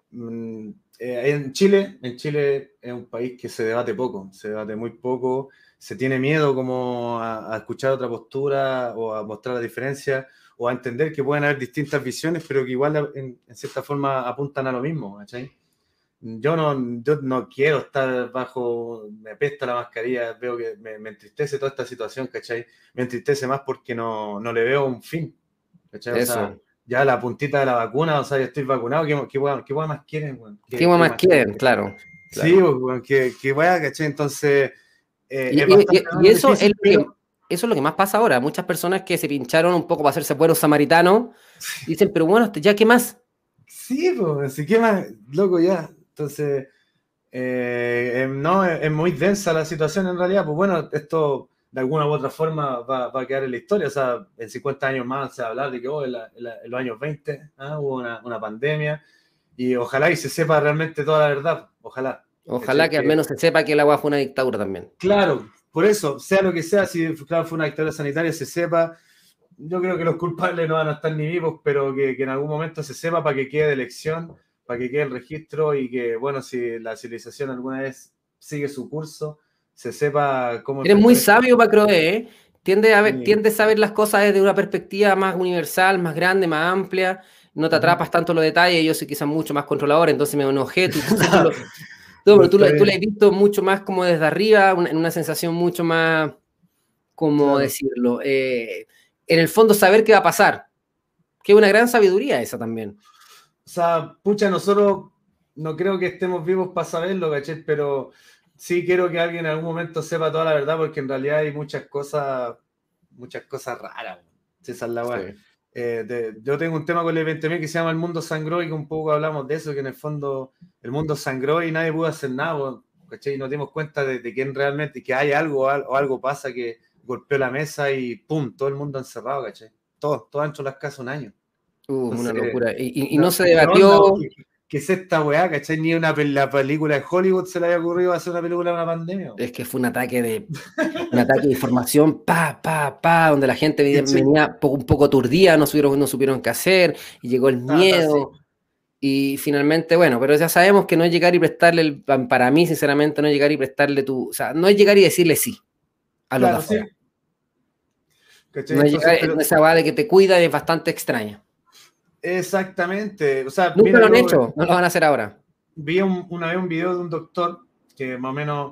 En Chile es un país que se debate poco, se debate muy poco, se tiene miedo como a escuchar otra postura o a mostrar la diferencia o a entender que pueden haber distintas visiones, pero que igual en cierta forma apuntan a lo mismo, ¿cachai? Yo no quiero estar me apesta la mascarilla, veo que me entristece toda esta situación, ¿cachai? Me entristece más porque no le veo un fin, ¿cachai? O sea, ya la puntita de la vacuna, o sea, yo estoy vacunado, ¿qué hueá más quieren, weón? ¿Qué más quieren? Claro. Sí, weón, ¿qué hueá, ¿cachai? Entonces, y eso difícil, eso es lo que más pasa ahora. Muchas personas que se pincharon un poco para hacerse buenos samaritanos, dicen, pero bueno, ¿ya qué más? Sí, pues, ¿qué más? Loco, ya. Entonces, no, es muy densa la situación en realidad. Pues bueno, esto de alguna u otra forma va a quedar en la historia. O sea, en 50 años más se va a hablar de que en los años 20 hubo una pandemia y ojalá y se sepa realmente toda la verdad. Ojalá que al menos se sepa que el agua fue una dictadura también. Claro, por eso, sea lo que sea, si claro, fue una dictadura sanitaria, se sepa. Yo creo que los culpables no van a estar ni vivos, pero que en algún momento se sepa para que quede de elección, para que quede el registro y que, bueno, si la civilización alguna vez sigue su curso, se sepa cómo... Eres muy sabio, Macroé, ¿eh? Tiendes a ver las cosas desde una perspectiva más universal, más grande, más amplia. No te atrapas tanto en los detalles. Yo soy quizás mucho más controlador, entonces me enojé. Pero tú lo has visto mucho más como desde arriba, en una sensación mucho más, ¿cómo decirlo? En el fondo saber qué va a pasar. Que es una gran sabiduría esa también. O sea, pucha, nosotros no creo que estemos vivos para saberlo, ¿cachai? Pero sí quiero que alguien en algún momento sepa toda la verdad, porque en realidad hay muchas cosas raras. Esa es la weá. Sí. Yo tengo un tema con el 20.000 que se llama El Mundo Sangró y que un poco hablamos de eso, que en el fondo el mundo sangró y nadie pudo hacer nada, ¿cachai? Nos dimos cuenta de quién realmente, que hay algo o algo pasa que golpeó la mesa y ¡pum! Todo el mundo encerrado, ¿cachai? Todo dentro de las casas un año. Entonces, una locura. Y no se debatió... ¿Qué es esta weá, cachai? Ni la película de Hollywood se le había ocurrido hacer una película de una pandemia. Es que fue un ataque de información, donde la gente venía un poco aturdida, no supieron qué hacer, y llegó el miedo. Y finalmente, bueno, pero ya sabemos que no es llegar y prestarle, para mí, sinceramente, no es llegar y prestarle o sea, no es llegar y decirle sí a los de afuera. Sí. No es llegar, esa weá de que te cuida es bastante extraña. Exactamente. O sea, nunca lo han hecho, no lo van a hacer ahora. Vi una vez un video de un doctor que más o menos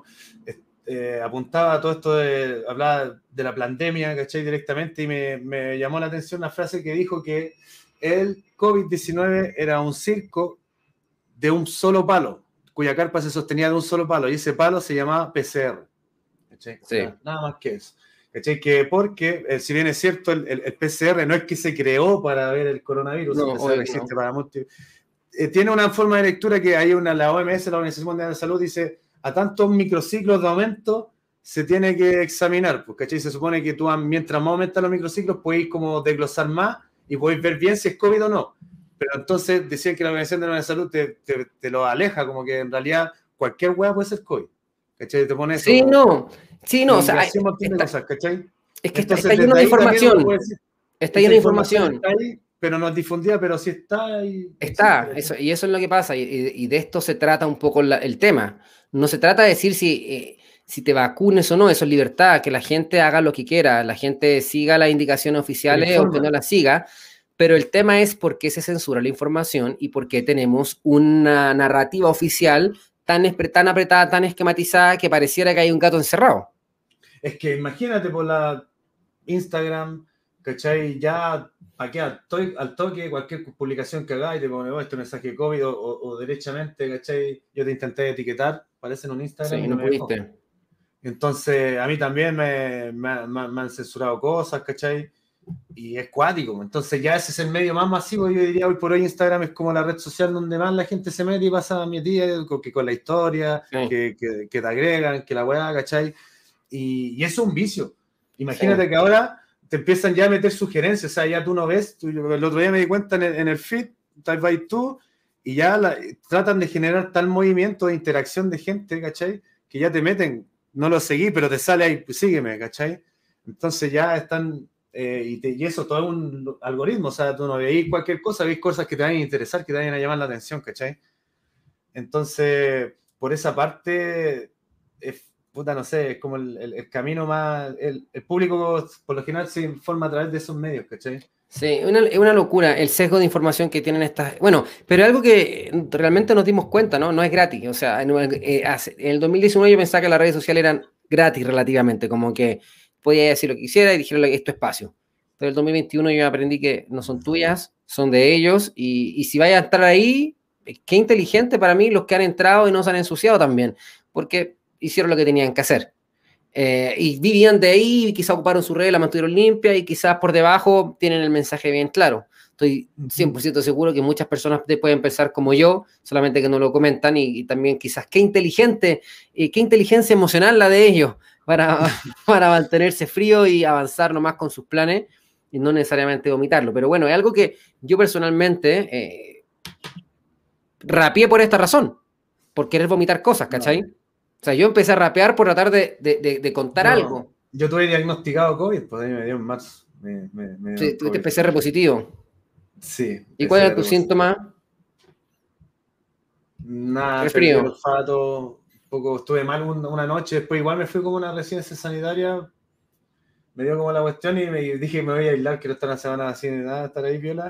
apuntaba a todo esto hablaba de la pandemia, ¿cachai? Directamente, y me llamó la atención una frase que dijo que el COVID-19 era un circo de un solo palo, cuya carpa se sostenía de un solo palo, y ese palo se llamaba PCR. ¿Cachai? Sí. Nada más que eso. ¿Cachai? Que porque, si bien es cierto, el PCR no es que se creó para ver el coronavirus, el PCR existe para tiene una forma de lectura que hay la OMS, la Organización Mundial de la Salud, dice a tantos microciclos de aumento se tiene que examinar, pues, ¿cachai? Se supone que tú mientras más aumentan los microciclos podéis como desglosar más y podéis ver bien si es COVID o no. Pero entonces decían que la Organización Mundial de la Salud te lo aleja, como que en realidad cualquier hueá puede ser COVID. ¿Cachai? Te pones sí, no, o sea, cosas, ¿cachai? Es que está lleno de información. Está lleno de información. Está ahí, pero no es difundida, pero sí está ahí. Está, eso es lo que pasa. Y de esto se trata un poco el tema. No se trata de decir si te vacunes o no, eso es libertad, que la gente haga lo que quiera, la gente siga las indicaciones oficiales o que no las siga. Pero el tema es por qué se censura la información y por qué tenemos una narrativa oficial tan apretada, tan esquematizada, que pareciera que hay un gato encerrado. Es que imagínate por la Instagram, ¿cachai? Ya aquí al toque, cualquier publicación que hagáis, te pone este mensaje COVID o derechamente, ¿cachai? Yo te intenté etiquetar, parece en un Instagram. Sí, y no pudiste. Entonces, a mí también me han censurado cosas, ¿cachai? Y es cuático. Entonces ya ese es el medio más masivo. Yo diría hoy por hoy Instagram es como la red social donde más la gente se mete y pasa metida con la historia, sí, que te agregan, que la weá, ¿cachai? Y eso es un vicio. Imagínate que ahora te empiezan ya a meter sugerencias, o sea, ya tú no ves, el otro día me di cuenta en el feed, tal vez tú, y ya tratan de generar tal movimiento de interacción de gente, ¿cachai? Que ya te meten, no lo seguí, pero te sale ahí, pues, sígueme, ¿cachai? Entonces ya están... y eso todo es un algoritmo, o sea, tú no veis cualquier cosa, veis cosas que te van a interesar, que te van a llamar la atención, ¿cachai? Entonces, por esa parte, puta, no sé, es como el camino más, el público por lo general se informa a través de esos medios, ¿cachai? Sí, es una locura el sesgo de información que tienen estas. Bueno, pero algo que realmente nos dimos cuenta, ¿no? No es gratis. O sea, en el 2019 yo pensaba que las redes sociales eran gratis relativamente, como que podía decir lo que quisiera y dijeron es tu espacio. Pero en el 2021 yo aprendí que no son tuyas, son de ellos. Y si vayas a estar ahí, qué inteligente para mí los que han entrado y no se han ensuciado también, porque hicieron lo que tenían que hacer. Y vivían de ahí, y quizás ocuparon su red, la mantuvieron limpia y quizás por debajo tienen el mensaje bien claro. Estoy 100% seguro que muchas personas pueden pensar como yo, solamente que no lo comentan y también quizás qué inteligencia emocional la de ellos para mantenerse frío y avanzar nomás con sus planes y no necesariamente vomitarlo. Pero bueno, es algo que yo personalmente rapeé por esta razón, por querer vomitar cosas, ¿cachai? No. O sea, yo empecé a rapear por tratar de contar algo. Yo tuve diagnosticado COVID, pues ahí me dio en marzo. Sí, tuviste PCR positivo. Sí. ¿Y cuál era tu síntoma? Nada, perdí el olfato, un poco estuve mal una noche, después igual me fui como a una residencia sanitaria, me dio como la cuestión y me dije me voy a aislar, quiero estar una semana así, nada, estar ahí viola.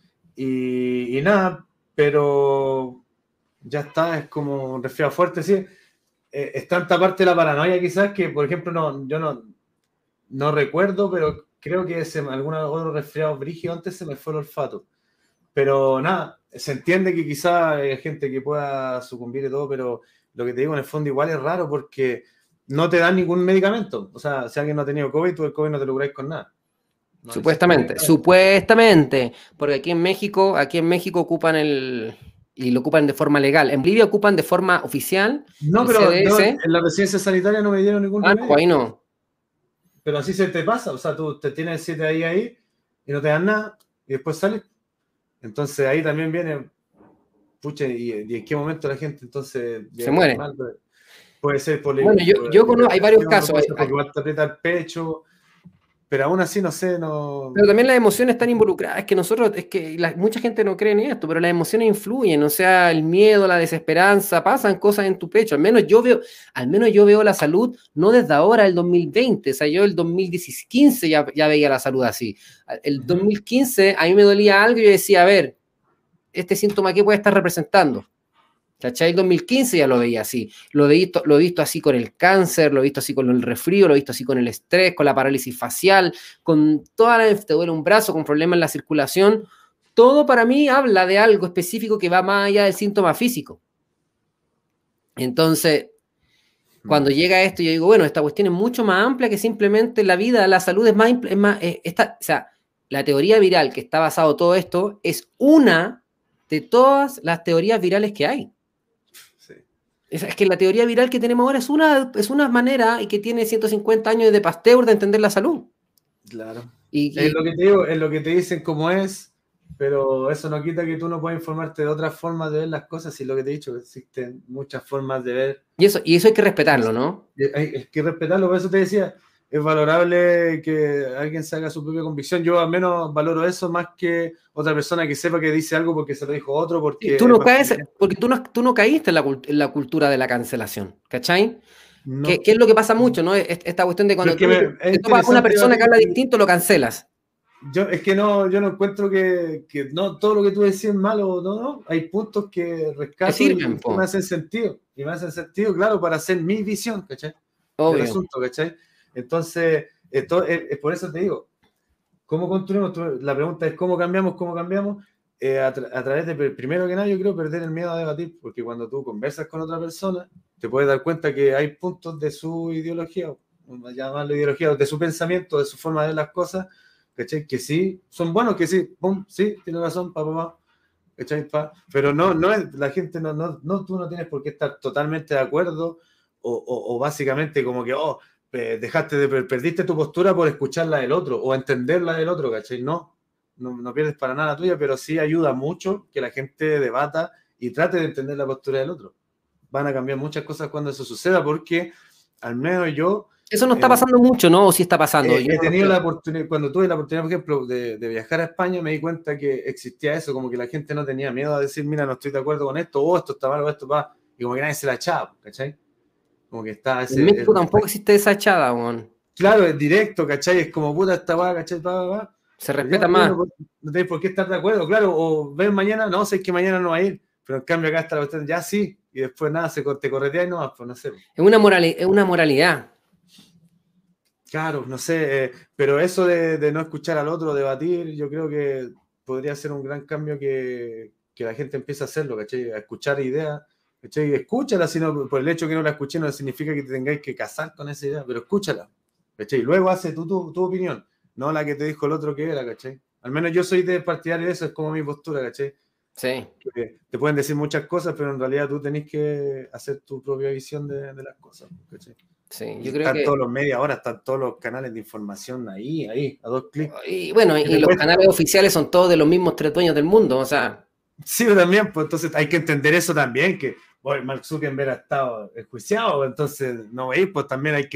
Y nada, pero ya está, es como un resfriado fuerte, sí. Es tanta parte de la paranoia quizás que, por ejemplo, yo no recuerdo, pero creo que algún otro resfriado brígido antes se me fue el olfato. Pero nada, se entiende que quizás hay gente que pueda sucumbir y todo, pero lo que te digo en el fondo igual es raro porque no te dan ningún medicamento. O sea, si alguien no ha tenido COVID, tú el COVID no te lo curáis con nada. No, supuestamente, porque aquí en México ocupan y lo ocupan de forma legal. En Bolivia ocupan de forma oficial. No, pero en la residencia sanitaria no me dieron ningún remedio. No, ahí no. Pero así se te pasa, o sea, tú te tienes 7 ahí y no te dan nada y después sales. Entonces ahí también viene, pucha, y en qué momento la gente entonces se muere. Mal, puede ser por bueno, yo conozco, hay varios casos. Porque igual te aprieta el pecho. Pero aún así, no sé, no... Pero también las emociones están involucradas. Es que mucha gente no cree en esto, pero las emociones influyen. O sea, el miedo, la desesperanza, pasan cosas en tu pecho. Al menos yo veo la salud, no desde ahora, el 2020. O sea, yo el 2015 ya veía la salud así. El 2015 a mí me dolía algo y yo decía, a ver, este síntoma, ¿qué puede estar representando? ¿Cachai? El 2015 ya lo veía así. Lo he visto así con el cáncer, lo he visto así con el resfrío, lo he visto así con el estrés, con la parálisis facial, con te duele un brazo, con problemas en la circulación. Todo para mí habla de algo específico que va más allá del síntoma físico. Entonces, cuando llega esto, yo digo, bueno, esta cuestión es mucho más amplia que simplemente la vida, la salud es más o sea, la teoría viral que está basado en todo esto es una de todas las teorías virales que hay. Es que la teoría viral que tenemos ahora es una manera y que tiene 150 años de Pasteur de entender la salud. Claro. Es lo que te digo, es lo que te dicen como es, pero eso no quita que tú no puedas informarte de otras formas de ver las cosas, y lo que te he dicho, existen muchas formas de ver. Y eso hay que respetarlo, ¿no? Hay que respetarlo, por eso te decía, es valorable que alguien se haga su propia convicción. Yo al menos valoro eso más que otra persona que sepa que dice algo porque se lo dijo otro. Porque tú no caes, porque tú no caíste en la cultura de la cancelación, ¿cachai? No. ¿Qué es lo que pasa mucho, no? Esta cuestión de cuando te topas con una persona que habla distinto, lo cancelas. Yo no encuentro que no todo lo que tú decís es malo, no. Hay puntos que rescato sirven, y me hacen sentido. Y me hacen sentido, claro, para hacer mi visión, ¿cachai? Obvio. El asunto, ¿cachai? Entonces, por eso te digo, ¿cómo construimos? La pregunta es ¿cómo cambiamos? A través de, primero que nada, yo creo perder el miedo a debatir, porque cuando tú conversas con otra persona, te puedes dar cuenta que hay puntos de su ideología, llamarlo ideología, de su pensamiento, de su forma de ver las cosas, ¿cachai? Que sí, son buenos, que sí, pum, sí, tiene razón, papá, ¿cachai? Pero no es, la gente tú no tienes por qué estar totalmente de acuerdo, o básicamente como que, perdiste tu postura por escuchar la del otro o entender la del otro, ¿cachai? No pierdes para nada la tuya, pero sí ayuda mucho que la gente debata y trate de entender la postura del otro. Van a cambiar muchas cosas cuando eso suceda, porque al menos yo... Eso no está pasando mucho, ¿no? ¿O sí está pasando? He tenido la oportunidad, cuando tuve la oportunidad, por ejemplo, de viajar a España, me di cuenta que existía eso, como que la gente no tenía miedo a decir, mira, no estoy de acuerdo con esto, o esto está mal, o esto va, y como que nadie se la echaba, ¿cachai? Como que está En México tampoco existe esa echada, weón. Claro, es directo, ¿cachai? Es como puta esta weá, ¿cachai? Se respeta más. No tenéis por qué estar de acuerdo, claro. O ven mañana, no, sé que mañana no va a ir. Pero en cambio acá está la cuestión, ya sí. Y después nada, te corretea y no, pues no sé. Es una moralidad. Claro, no sé. Pero eso de no escuchar al otro, debatir, yo creo que podría ser un gran cambio que la gente empiece a hacerlo, ¿cachai? A escuchar ideas. ¿Cachai? Escúchala, sino por el hecho que no la escuché no significa que te tengáis que casar con esa idea, pero escúchala. ¿Cachai? Luego hace tu opinión, no la que te dijo el otro que era, ¿cachai? Al menos yo soy de partidario de eso, es como mi postura, ¿cachai? Sí. Que te pueden decir muchas cosas, pero en realidad tú tenés que hacer tu propia visión de las cosas, ¿cachai? Sí, yo creo están que... todos los medios ahora, están todos los canales de información ahí, a 2 clics. Y bueno, y los canales oficiales son todos de los mismos 3 dueños del mundo, o sea... Sí, también, pues entonces hay que entender eso también, que bueno, Mark Zuckerberg ha estado enjuiciado, entonces no veis, pues también hay que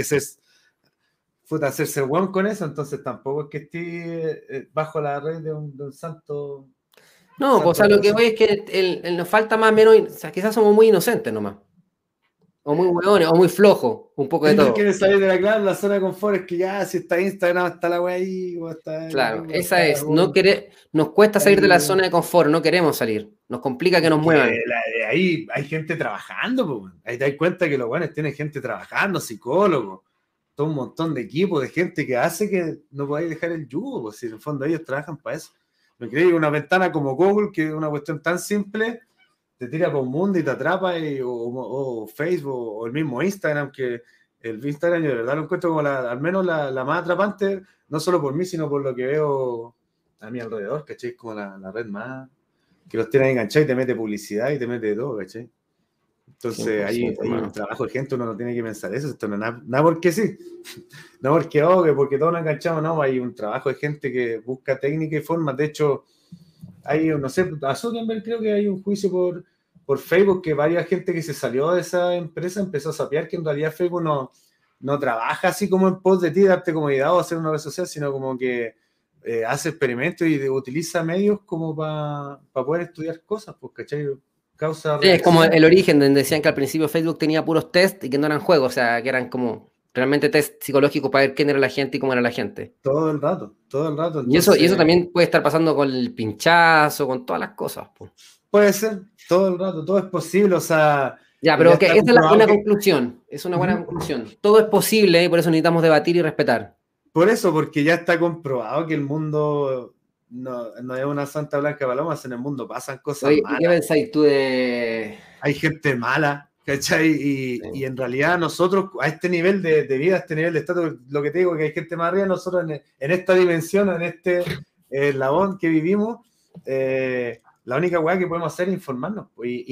hacerse buen con eso, entonces tampoco es que esté bajo la red de un santo. No, pues o sea, lo que voy es que nos falta más o menos, o sea, quizás somos muy inocentes nomás. O muy hueones, o muy flojos, un poco de todo. No quieres salir de la zona de confort, es que ya, si está Instagram, está la wea ahí, o está... Claro, esa es, nos cuesta salir de la zona de confort, no queremos salir, nos complica que nos muevan. Ahí hay gente trabajando, pues, ahí te das cuenta que los buenos tienen gente trabajando, psicólogos, todo un montón de equipos, de gente que hace que no podáis dejar el yugo, pues si en el fondo ellos trabajan para eso. Me creí que una ventana como Google, que es una cuestión tan simple, te tira por un mundo y te atrapa, o Facebook, o el mismo Instagram, que el Instagram yo de verdad lo encuentro como al menos la más atrapante, no solo por mí, sino por lo que veo a mi alrededor, ¿cachai? Es como la red más que los tiene enganchados y te mete publicidad y te mete de todo, ¿cachai? Entonces hay un trabajo de gente, uno no tiene que pensar eso, esto no es nada porque sí, no porque porque todos nos enganchamos, no, hay un trabajo de gente que busca técnica y formas. De hecho, hay, no sé, a Zuckerberg creo que hay un juicio por Facebook, que varias gente que se salió de esa empresa empezó a sapear que en realidad Facebook no trabaja así como en pos de ti, darte comodidad o hacer una red social, sino como que hace experimentos y utiliza medios como para poder estudiar cosas, pues, ¿cachai? Causa sí, es como el origen, donde decían que al principio Facebook tenía puros test y que no eran juegos, o sea, que eran como realmente test psicológicos para ver quién era la gente y cómo era la gente. Todo el rato. Entonces, y eso también puede estar pasando con el pinchazo, con todas las cosas. Pues. Puede ser, todo el rato, todo es posible, o sea... Ya, pero esa es una buena conclusión, es una buena conclusión. Todo es posible y por eso necesitamos debatir y respetar. Por eso, porque ya está comprobado que el mundo no es una santa blanca paloma, en el mundo pasan cosas malas. ¿Qué pensáis tú de...? Hay gente mala, ¿cachai? Y en realidad nosotros, a este nivel de vida, a este nivel de estatus, lo que te digo, que hay gente más arriba, nosotros en esta dimensión, en este eslabón que vivimos, la única weá que podemos hacer es informarnos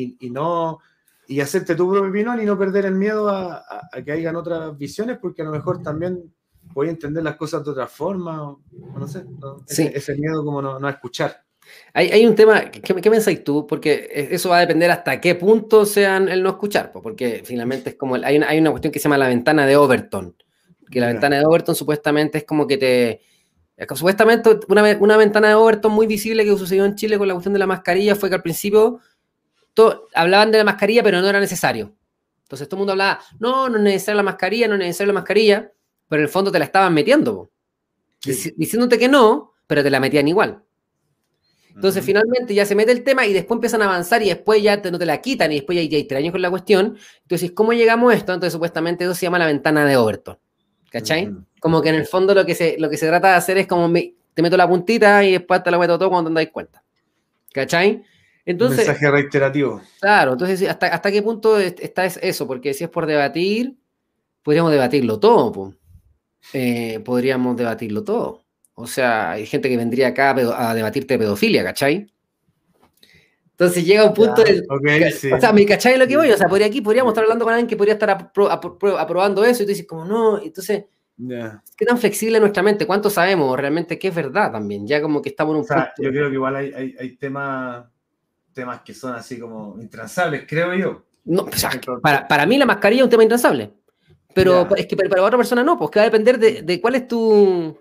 y hacerte tu propia opinión y no perder el miedo a que hayan otras visiones, porque a lo mejor también voy a entender las cosas de otra forma, o no sé, ese miedo como no escuchar. Hay un tema, ¿qué pensáis tú? Porque eso va a depender hasta qué punto sean el no escuchar, porque finalmente es como, hay una cuestión que se llama la ventana de Overton, que la ventana de Overton supuestamente es como que supuestamente una ventana de Overton muy visible que sucedió en Chile con la cuestión de la mascarilla fue que al principio hablaban de la mascarilla, pero no era necesario. Entonces todo el mundo hablaba, no es necesaria la mascarilla, no es necesaria la mascarilla, pero en el fondo te la estaban metiendo, diciéndote que no, pero te la metían igual. Entonces finalmente ya se mete el tema y después empiezan a avanzar y después ya no te la quitan y después ya hay 3 años con la cuestión. Entonces, ¿cómo llegamos a esto? Entonces supuestamente eso se llama la ventana de Overton. ¿Cachai? Como que en el fondo lo que se trata de hacer es como te meto la puntita y después te la meto todo cuando te das cuenta. ¿Cachai? Entonces, mensaje reiterativo. Claro, entonces ¿hasta qué punto está eso? Porque si es por debatir, podríamos debatirlo todo. Podríamos debatirlo todo. O sea, hay gente que vendría acá a debatirte de pedofilia, ¿cachai? Entonces llega un punto sí. O sea, ¿me cachai lo que voy? O sea, podríamos estar hablando con alguien que podría estar aprobando eso y tú dices como, no, entonces, ¿qué tan flexible es nuestra mente? ¿Cuánto sabemos realmente qué es verdad también? Ya como que estamos en un punto. Yo creo que igual hay temas que son así como intransables, creo yo. No, o sea, para mí la mascarilla es un tema intransable. Pero es que para otra persona no, pues que va a depender de cuál es tu...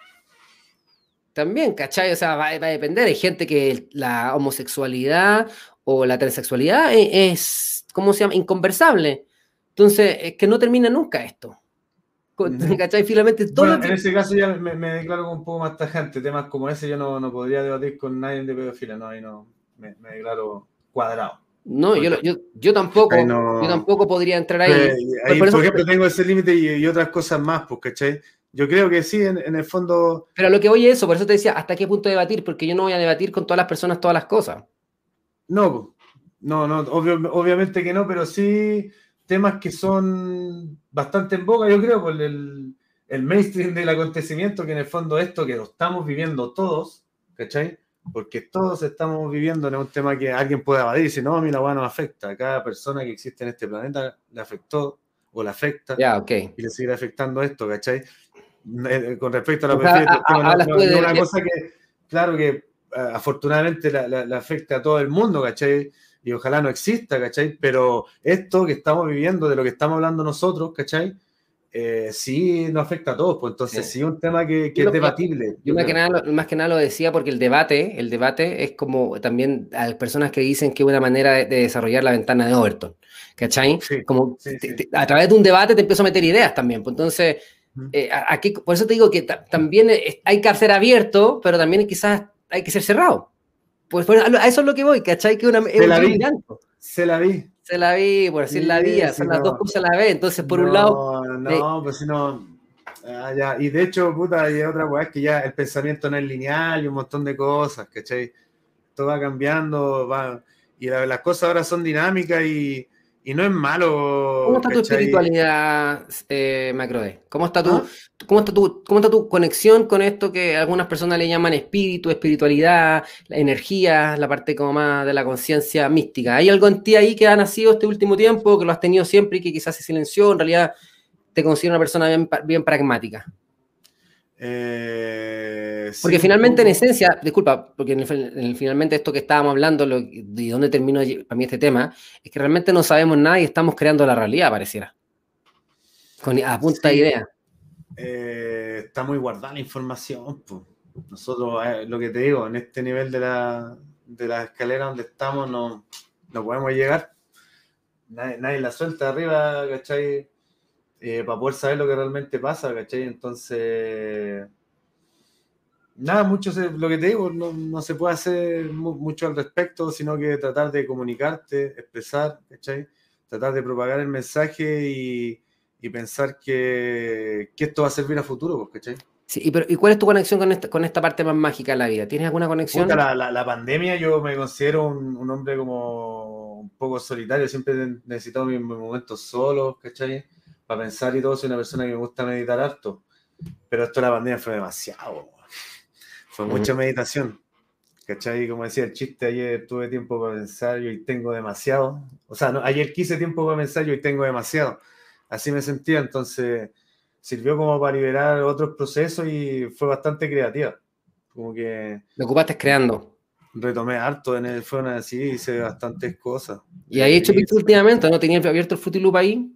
También, ¿cachai? O sea, va a depender. Hay gente que la homosexualidad o la transexualidad es ¿cómo se llama? Inconversable. Entonces, es que no termina nunca esto. ¿Cachai? Finalmente todo Bueno, lo que... en ese caso ya me declaro un poco más tajante. Temas como ese yo no podría debatir con nadie de pedofilia, no, ahí no me declaro cuadrado. No, Porque yo ahí tampoco podría entrar pues, ahí. ahí, Por eso, por ejemplo, tengo ese límite y otras cosas más, pues, ¿cachai? Yo creo que sí, en el fondo, pero a lo que voy es eso, por eso te decía, ¿hasta qué punto debatir? Porque yo no voy a debatir con todas las personas todas las cosas. no, obviamente que no, pero sí temas que son bastante en boga, yo creo, por el mainstream del acontecimiento, que en el fondo esto que lo estamos viviendo todos, ¿cachai? Porque todos estamos viviendo en un tema que alguien puede evadir y decir, no, a mí la weá no afecta, a cada persona que existe en este planeta le afectó o le afecta Ya, ok. y le sigue afectando esto, ¿cachai? Con respecto a la O sea, pedofilia, estos temas, hablas tú no es una cosa que, claro que afortunadamente la afecta a todo el mundo, ¿cachai? Y ojalá no exista, ¿cachai? Pero esto que estamos viviendo, de lo que estamos hablando nosotros, ¿cachai? Sí nos afecta a todos, pues entonces sí es un tema que es debatible. Yo Yo creo. más que nada lo decía porque el debate es como también a las personas que dicen que es una manera de desarrollar la ventana de Overton, ¿cachai? Sí, Como sí, sí. a través de un debate te empiezo a meter ideas también, pues entonces, aquí, por eso te digo que también hay que ser abierto, pero también quizás hay que ser cerrado. Pues a eso es lo que voy, ¿cachai? Que es un blanco. Se la vi. Se la vi, por decir la Sí, vía, sí, son las dos no. cosas a la vez. Entonces, por un lado, No, pues si no. Ya. Y de hecho, puta, hay otra weá, es que ya el pensamiento no es lineal y un montón de cosas, ¿cachai? Todo va cambiando, y las cosas ahora son dinámicas y no es ¿cómo malo, está tu ¿cachai? espiritualidad, Macrode? ¿Ah? ¿Cómo está tu conexión con esto que algunas personas le llaman espíritu, espiritualidad, la energía, la parte como más de la conciencia mística? ¿Hay algo en ti ahí que ha nacido este último tiempo, que lo has tenido siempre y que quizás se silenció? En realidad te considero una persona bien pragmática. Sí, Porque un finalmente, en poco. esencia, disculpa, porque finalmente esto que estábamos hablando, de dónde terminó para mí este tema, es que realmente no sabemos nada y estamos creando la realidad, pareciera, a punta de Sí, idea. está muy guardada la información, pues. Nosotros, lo que te digo, en este nivel de la escalera donde estamos, no podemos llegar. Nadie la suelta arriba, ¿cachai? Para poder saber lo que realmente pasa, ¿cachai? Entonces, nada, lo que te digo, no se puede hacer mucho al respecto, sino que tratar de comunicarte, expresar, ¿cachai? Tratar de propagar el mensaje y pensar que esto va a servir a futuro, pues, ¿cachai? Sí, ¿y cuál es tu conexión con esta parte más mágica de la vida? ¿Tienes alguna conexión? Puta, la pandemia, yo me considero un hombre como un poco solitario, siempre he necesitado mis momentos solos, ¿cachai? Para pensar y todo, soy una persona que me gusta meditar harto, pero esto de la pandemia fue demasiado, fue mucha meditación, ¿cachai? Como decía el chiste, ayer tuve tiempo para pensar y hoy tengo demasiado, o sea, no, ayer quise tiempo para pensar y hoy tengo demasiado, así me sentía, entonces sirvió como para liberar otros procesos y fue bastante creativa, como que Lo ocupaste creando. retomé harto en el phone así, hice bastantes cosas. ¿Y ahí hecho pizza Instagram. últimamente? ¿No tenías abierto el Fruity Loop ahí?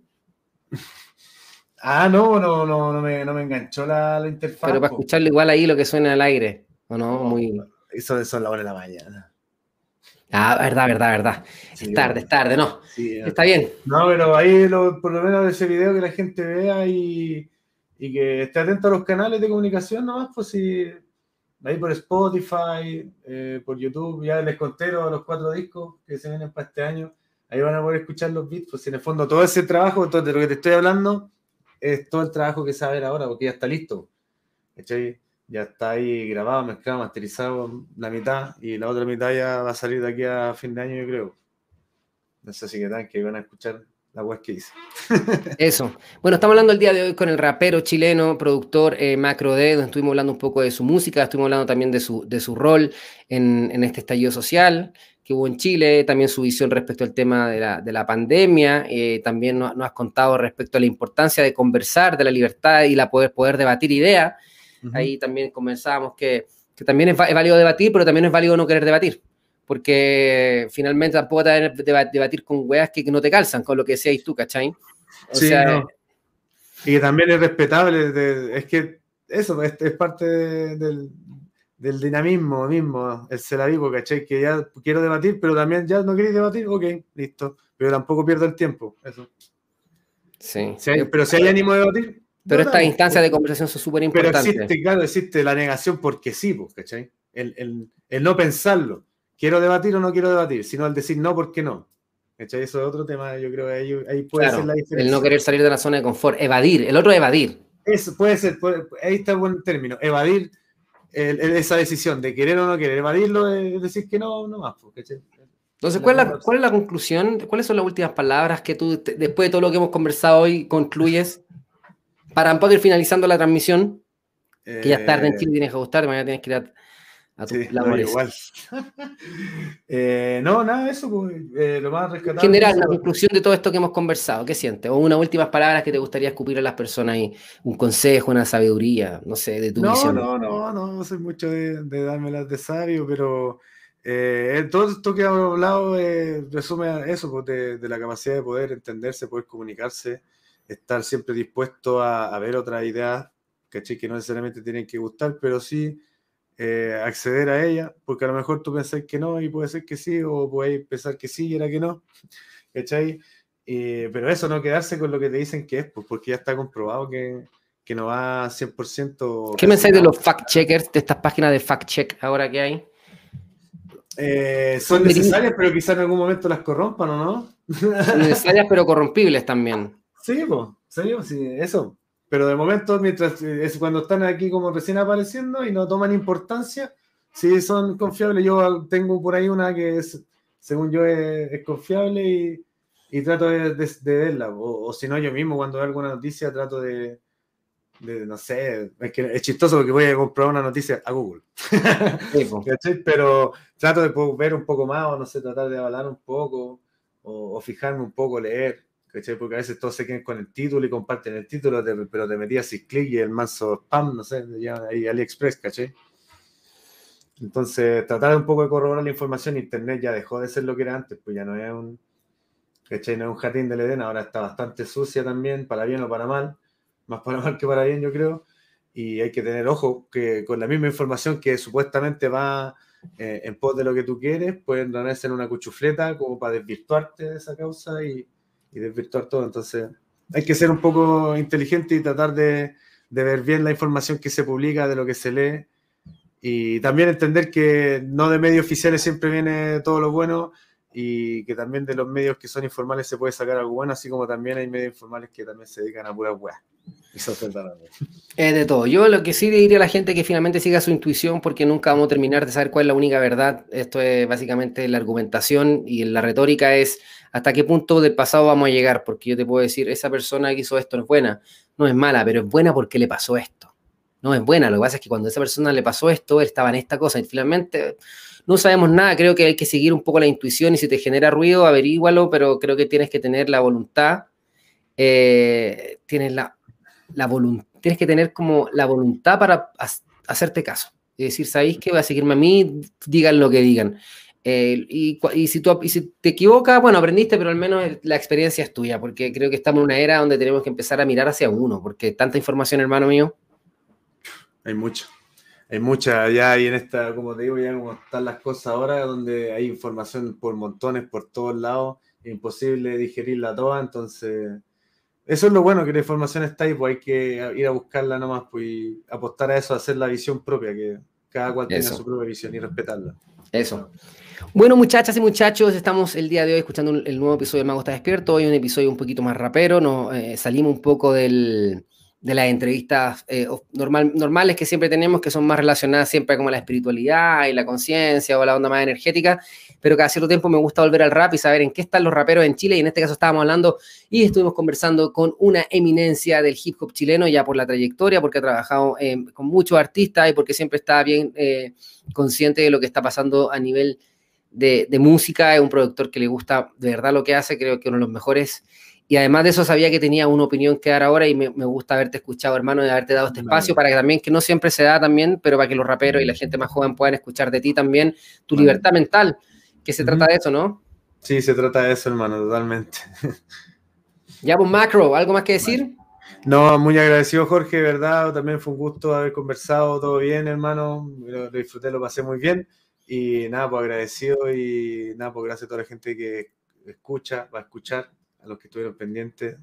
No me enganchó la Pero interfaz, para po. escucharlo igual ahí lo que suena al aire, ¿o no? No, Muy... eso son las 1 de la mañana. Ah, verdad. Sí, Es tarde, no. sí. Está bien. No, pero ahí por lo menos ese video que la gente vea y que esté atento a los canales de comunicación nomás, pues si ahí por Spotify, por YouTube, ya les conté los 4 discos que se vienen para este año, ahí van a poder escuchar los beats, pues en el fondo todo ese trabajo, todo de lo que te estoy hablando, es todo el trabajo que se va a ver ahora, porque ya está listo, ¿cachai? Ya está ahí grabado, mezclado, masterizado la mitad, y la otra mitad ya va a salir de aquí a fin de año, yo creo. No sé si quedan que van a escuchar la web que hice. Eso. Bueno, estamos hablando el día de hoy con el rapero chileno, productor Macrode, donde estuvimos hablando un poco de su música, estuvimos hablando también de su rol en este estallido social que hubo en Chile, también su visión respecto al tema de la pandemia, también nos has contado respecto a la importancia de conversar, de la libertad y la poder debatir ideas. Ahí también conversábamos que también es válido debatir, pero también es válido no querer debatir, porque finalmente tampoco te vas a debatir con weas que no te calzan, con lo que decías tú, ¿cachai? O Sí, sea, no. Y que también es respetable, es que eso es parte del dinamismo mismo, el se la vivo, ¿cachai? Que ya quiero debatir, pero también ya no queréis debatir, ok, listo, pero tampoco pierdo el tiempo, eso. Sí. Pero si hay ánimo de debatir, Pero estas votamos. instancias de conversación son súper Pero importantes. existe la negación porque sí, pues, ¿cachai? El no pensarlo. ¿Quiero debatir o no quiero debatir? Sino el decir no, ¿por qué no? ¿Cachai? Eso es otro tema, yo creo que ahí puede ser la diferencia. El no querer salir de la zona de confort, evadir, el otro evadir. Eso puede ser, ahí está el buen término, evadir esa decisión de querer o no querer. Evadirlo es decir que no más, ¿cachai? Entonces, ¿cuál es la conclusión? ¿Cuáles son las últimas palabras que tú, después de todo lo que hemos conversado hoy, concluyes? Para un poco ir finalizando la transmisión, que ya es tarde en Chile, tienes que ajustarte, mañana tienes que ir a tus labores. Igual. No, nada, eso, pues, lo más rescatable. En general, la conclusión de todo esto que hemos conversado, ¿qué sientes? O unas últimas palabras que te gustaría escupir a las personas ahí, un consejo, una sabiduría, no sé, de tu visión. No soy mucho de dármelas de sabio, pero todo esto que hemos hablado resume a eso, pues, de la capacidad de poder entenderse, poder comunicarse, estar siempre dispuesto a ver otras ideas, ¿cachai? Que no necesariamente tienen que gustar, pero sí acceder a ellas, porque a lo mejor tú pensás que no y puede ser que sí, o podéis pensar que sí y era que no, ¿cachai? Pero eso, no quedarse con lo que te dicen que es, pues, porque ya está comprobado que no va 100%. ¿Qué mensaje de los fact-checkers, de estas páginas de fact-check ahora que hay? Son necesarias, pero quizás en algún momento las corrompan, ¿o no? Son necesarias, pero corrompibles también. Sí, pues, sí, eso. Pero de momento, mientras es cuando están aquí como recién apareciendo y no toman importancia, sí son confiables. Yo tengo por ahí una que es, según yo, es confiable y trato de verla. O si no, yo mismo cuando veo alguna noticia trato de no sé, es que es chistoso porque voy a comprar una noticia a Google. Sí, pero trato de ver un poco más, o no sé, tratar de avalar un poco, o fijarme un poco, leer, ¿cachai? Porque a veces todos se quedan con el título y comparten el título, pero te metías sin clic y el manso spam, no sé, ya ahí AliExpress, ¿cachai? Entonces, tratar un poco de corroborar la información. Internet ya dejó de ser lo que era antes, pues ya no es ¿cachai? No es un jardín del Edén, ahora está bastante sucia también, para bien o para mal. Más para mal que para bien, yo creo, y hay que tener ojo que con la misma información que supuestamente va en pos de lo que tú quieres, pueden ganarse en una cuchufleta como para desvirtuarte de esa causa y desvirtuar todo. Entonces hay que ser un poco inteligente y tratar de ver bien la información que se publica, de lo que se lee, y también entender que no de medios oficiales siempre viene todo lo bueno, y que también de los medios que son informales se puede sacar algo bueno, así como también hay medios informales que también se dedican a puras weas. Eso es verdad. De todo. Yo lo que sí le diría a la gente es que finalmente siga su intuición, porque nunca vamos a terminar de saber cuál es la única verdad. Esto es básicamente la argumentación, y la retórica es hasta qué punto del pasado vamos a llegar, porque yo te puedo decir, esa persona que hizo esto no es buena, no es mala, pero es buena porque le pasó esto. No es buena, lo que pasa es que cuando a esa persona le pasó esto, él estaba en esta cosa, y finalmente no sabemos nada. Creo que hay que seguir un poco la intuición, y si te genera ruido, averígualo, pero creo que tienes que tener la voluntad, tienes tienes que tener como la voluntad para hacerte caso. Es decir, ¿sabéis qué? Voy a seguirme a mí, digan lo que digan. Y si te equivocas, bueno, aprendiste, pero al menos la experiencia es tuya, porque creo que estamos en una era donde tenemos que empezar a mirar hacia uno, porque tanta información, hermano mío. Hay mucha ya, y en esta, como te digo, ya como están las cosas ahora, donde hay información por montones, por todos lados, es imposible digerirla toda. Entonces eso es lo bueno, que la información está ahí, pues hay que ir a buscarla nomás, pues, y apostar a eso, a hacer la visión propia, que cada cual tenga su propia visión y respetarla. Eso. Bueno, muchachas y muchachos, estamos el día de hoy escuchando el nuevo episodio de Mago Está Despierto. Hoy un episodio un poquito más rapero, salimos un poco de las entrevistas normales que siempre tenemos, que son más relacionadas siempre como la espiritualidad y la conciencia o la onda más energética, pero cada cierto tiempo me gusta volver al rap y saber en qué están los raperos en Chile, y en este caso estábamos hablando y estuvimos conversando con una eminencia del hip hop chileno, ya por la trayectoria, porque ha trabajado con muchos artistas y porque siempre está bien consciente de lo que está pasando a nivel de música. Es un productor que le gusta de verdad lo que hace, creo que uno de los mejores. Y además de eso sabía que tenía una opinión que dar ahora, y me gusta haberte escuchado, hermano, y haberte dado este espacio para que también, que no siempre se da también, pero para que los raperos y la gente más joven puedan escuchar de ti también tu libertad mental, que se trata de eso, ¿no? Sí, se trata de eso, hermano, totalmente. Ya, pues, Macro, ¿algo más que decir? No, muy agradecido, Jorge, de verdad, también fue un gusto haber conversado, todo bien, hermano, lo disfruté, lo pasé muy bien, y nada, pues agradecido, y nada, pues gracias a toda la gente que escucha, va a escuchar, a los que estuvieron pendientes,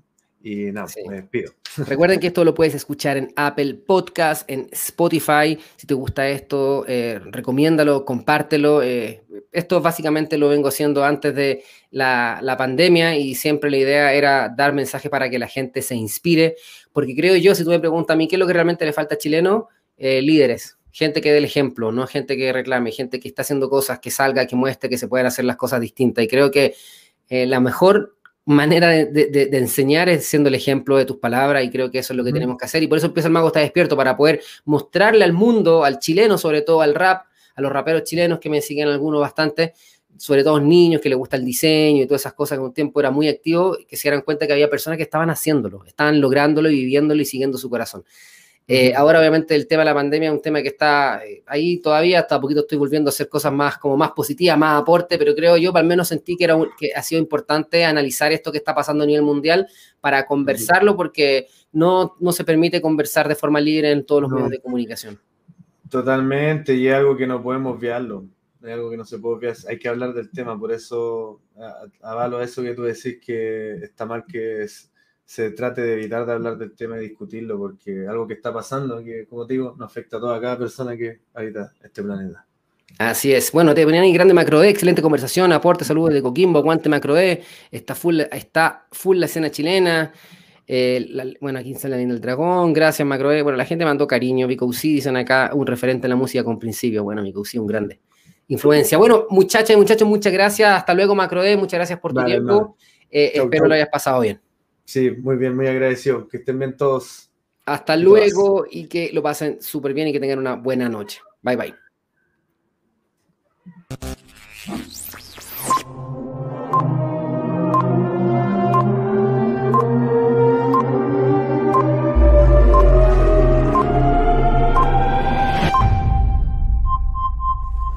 Y nada, Sí. me despido. Recuerden que esto lo puedes escuchar en Apple Podcast, en Spotify. Si te gusta esto, recomiéndalo, compártelo. Esto básicamente lo vengo haciendo antes de la pandemia y siempre la idea era dar mensajes para que la gente se inspire. Porque creo yo, si tú me preguntas a mí qué es lo que realmente le falta a chileno, líderes. Gente que dé el ejemplo, no gente que reclame, gente que está haciendo cosas, que salga, que muestre que se pueden hacer las cosas distintas. Y creo que la mejor manera de enseñar es siendo el ejemplo de tus palabras y creo que eso es lo que tenemos que hacer y por eso Empieza el Mago está despierto para poder mostrarle al mundo, al chileno sobre todo, al rap, a los raperos chilenos que me siguen algunos bastante, sobre todo niños que les gusta el diseño y todas esas cosas que un tiempo era muy activo, que se dieran cuenta que había personas que estaban haciéndolo, estaban lográndolo y viviéndolo y siguiendo su corazón. Ahora obviamente el tema de la pandemia es un tema que está ahí todavía, hasta poquito estoy volviendo a hacer cosas más como más positivas, más aporte, pero creo yo, al menos sentí que, que ha sido importante analizar esto que está pasando a nivel mundial para conversarlo porque no se permite conversar de forma libre en todos los medios de comunicación. Totalmente, y es algo que no podemos obviarlo, es algo que no se puede obviar, hay que hablar del tema, por eso avalo eso que tú decís que está mal que se trate de evitar de hablar del tema y discutirlo, porque algo que está pasando, que como te digo, nos afecta a toda cada persona que habita este planeta. Así es. Bueno, te ponían ahí grande Macroe, excelente conversación, aporte, saludos de Coquimbo, aguante Macroe, está full la escena chilena. Bueno, aquí está la línea del dragón, gracias Macroe. Bueno, la gente mandó cariño, Vico Uzi, dicen acá, un referente en la música con principio. Bueno, Vico Uzi, un grande influencia. Bueno, muchachas y muchachos, muchas gracias. Hasta luego, Macroe, muchas gracias por tu tiempo. Espero lo hayas pasado bien. Sí, muy bien, muy agradecido. Que estén bien todos. Hasta luego y que lo pasen súper bien y que tengan una buena noche. Bye, bye.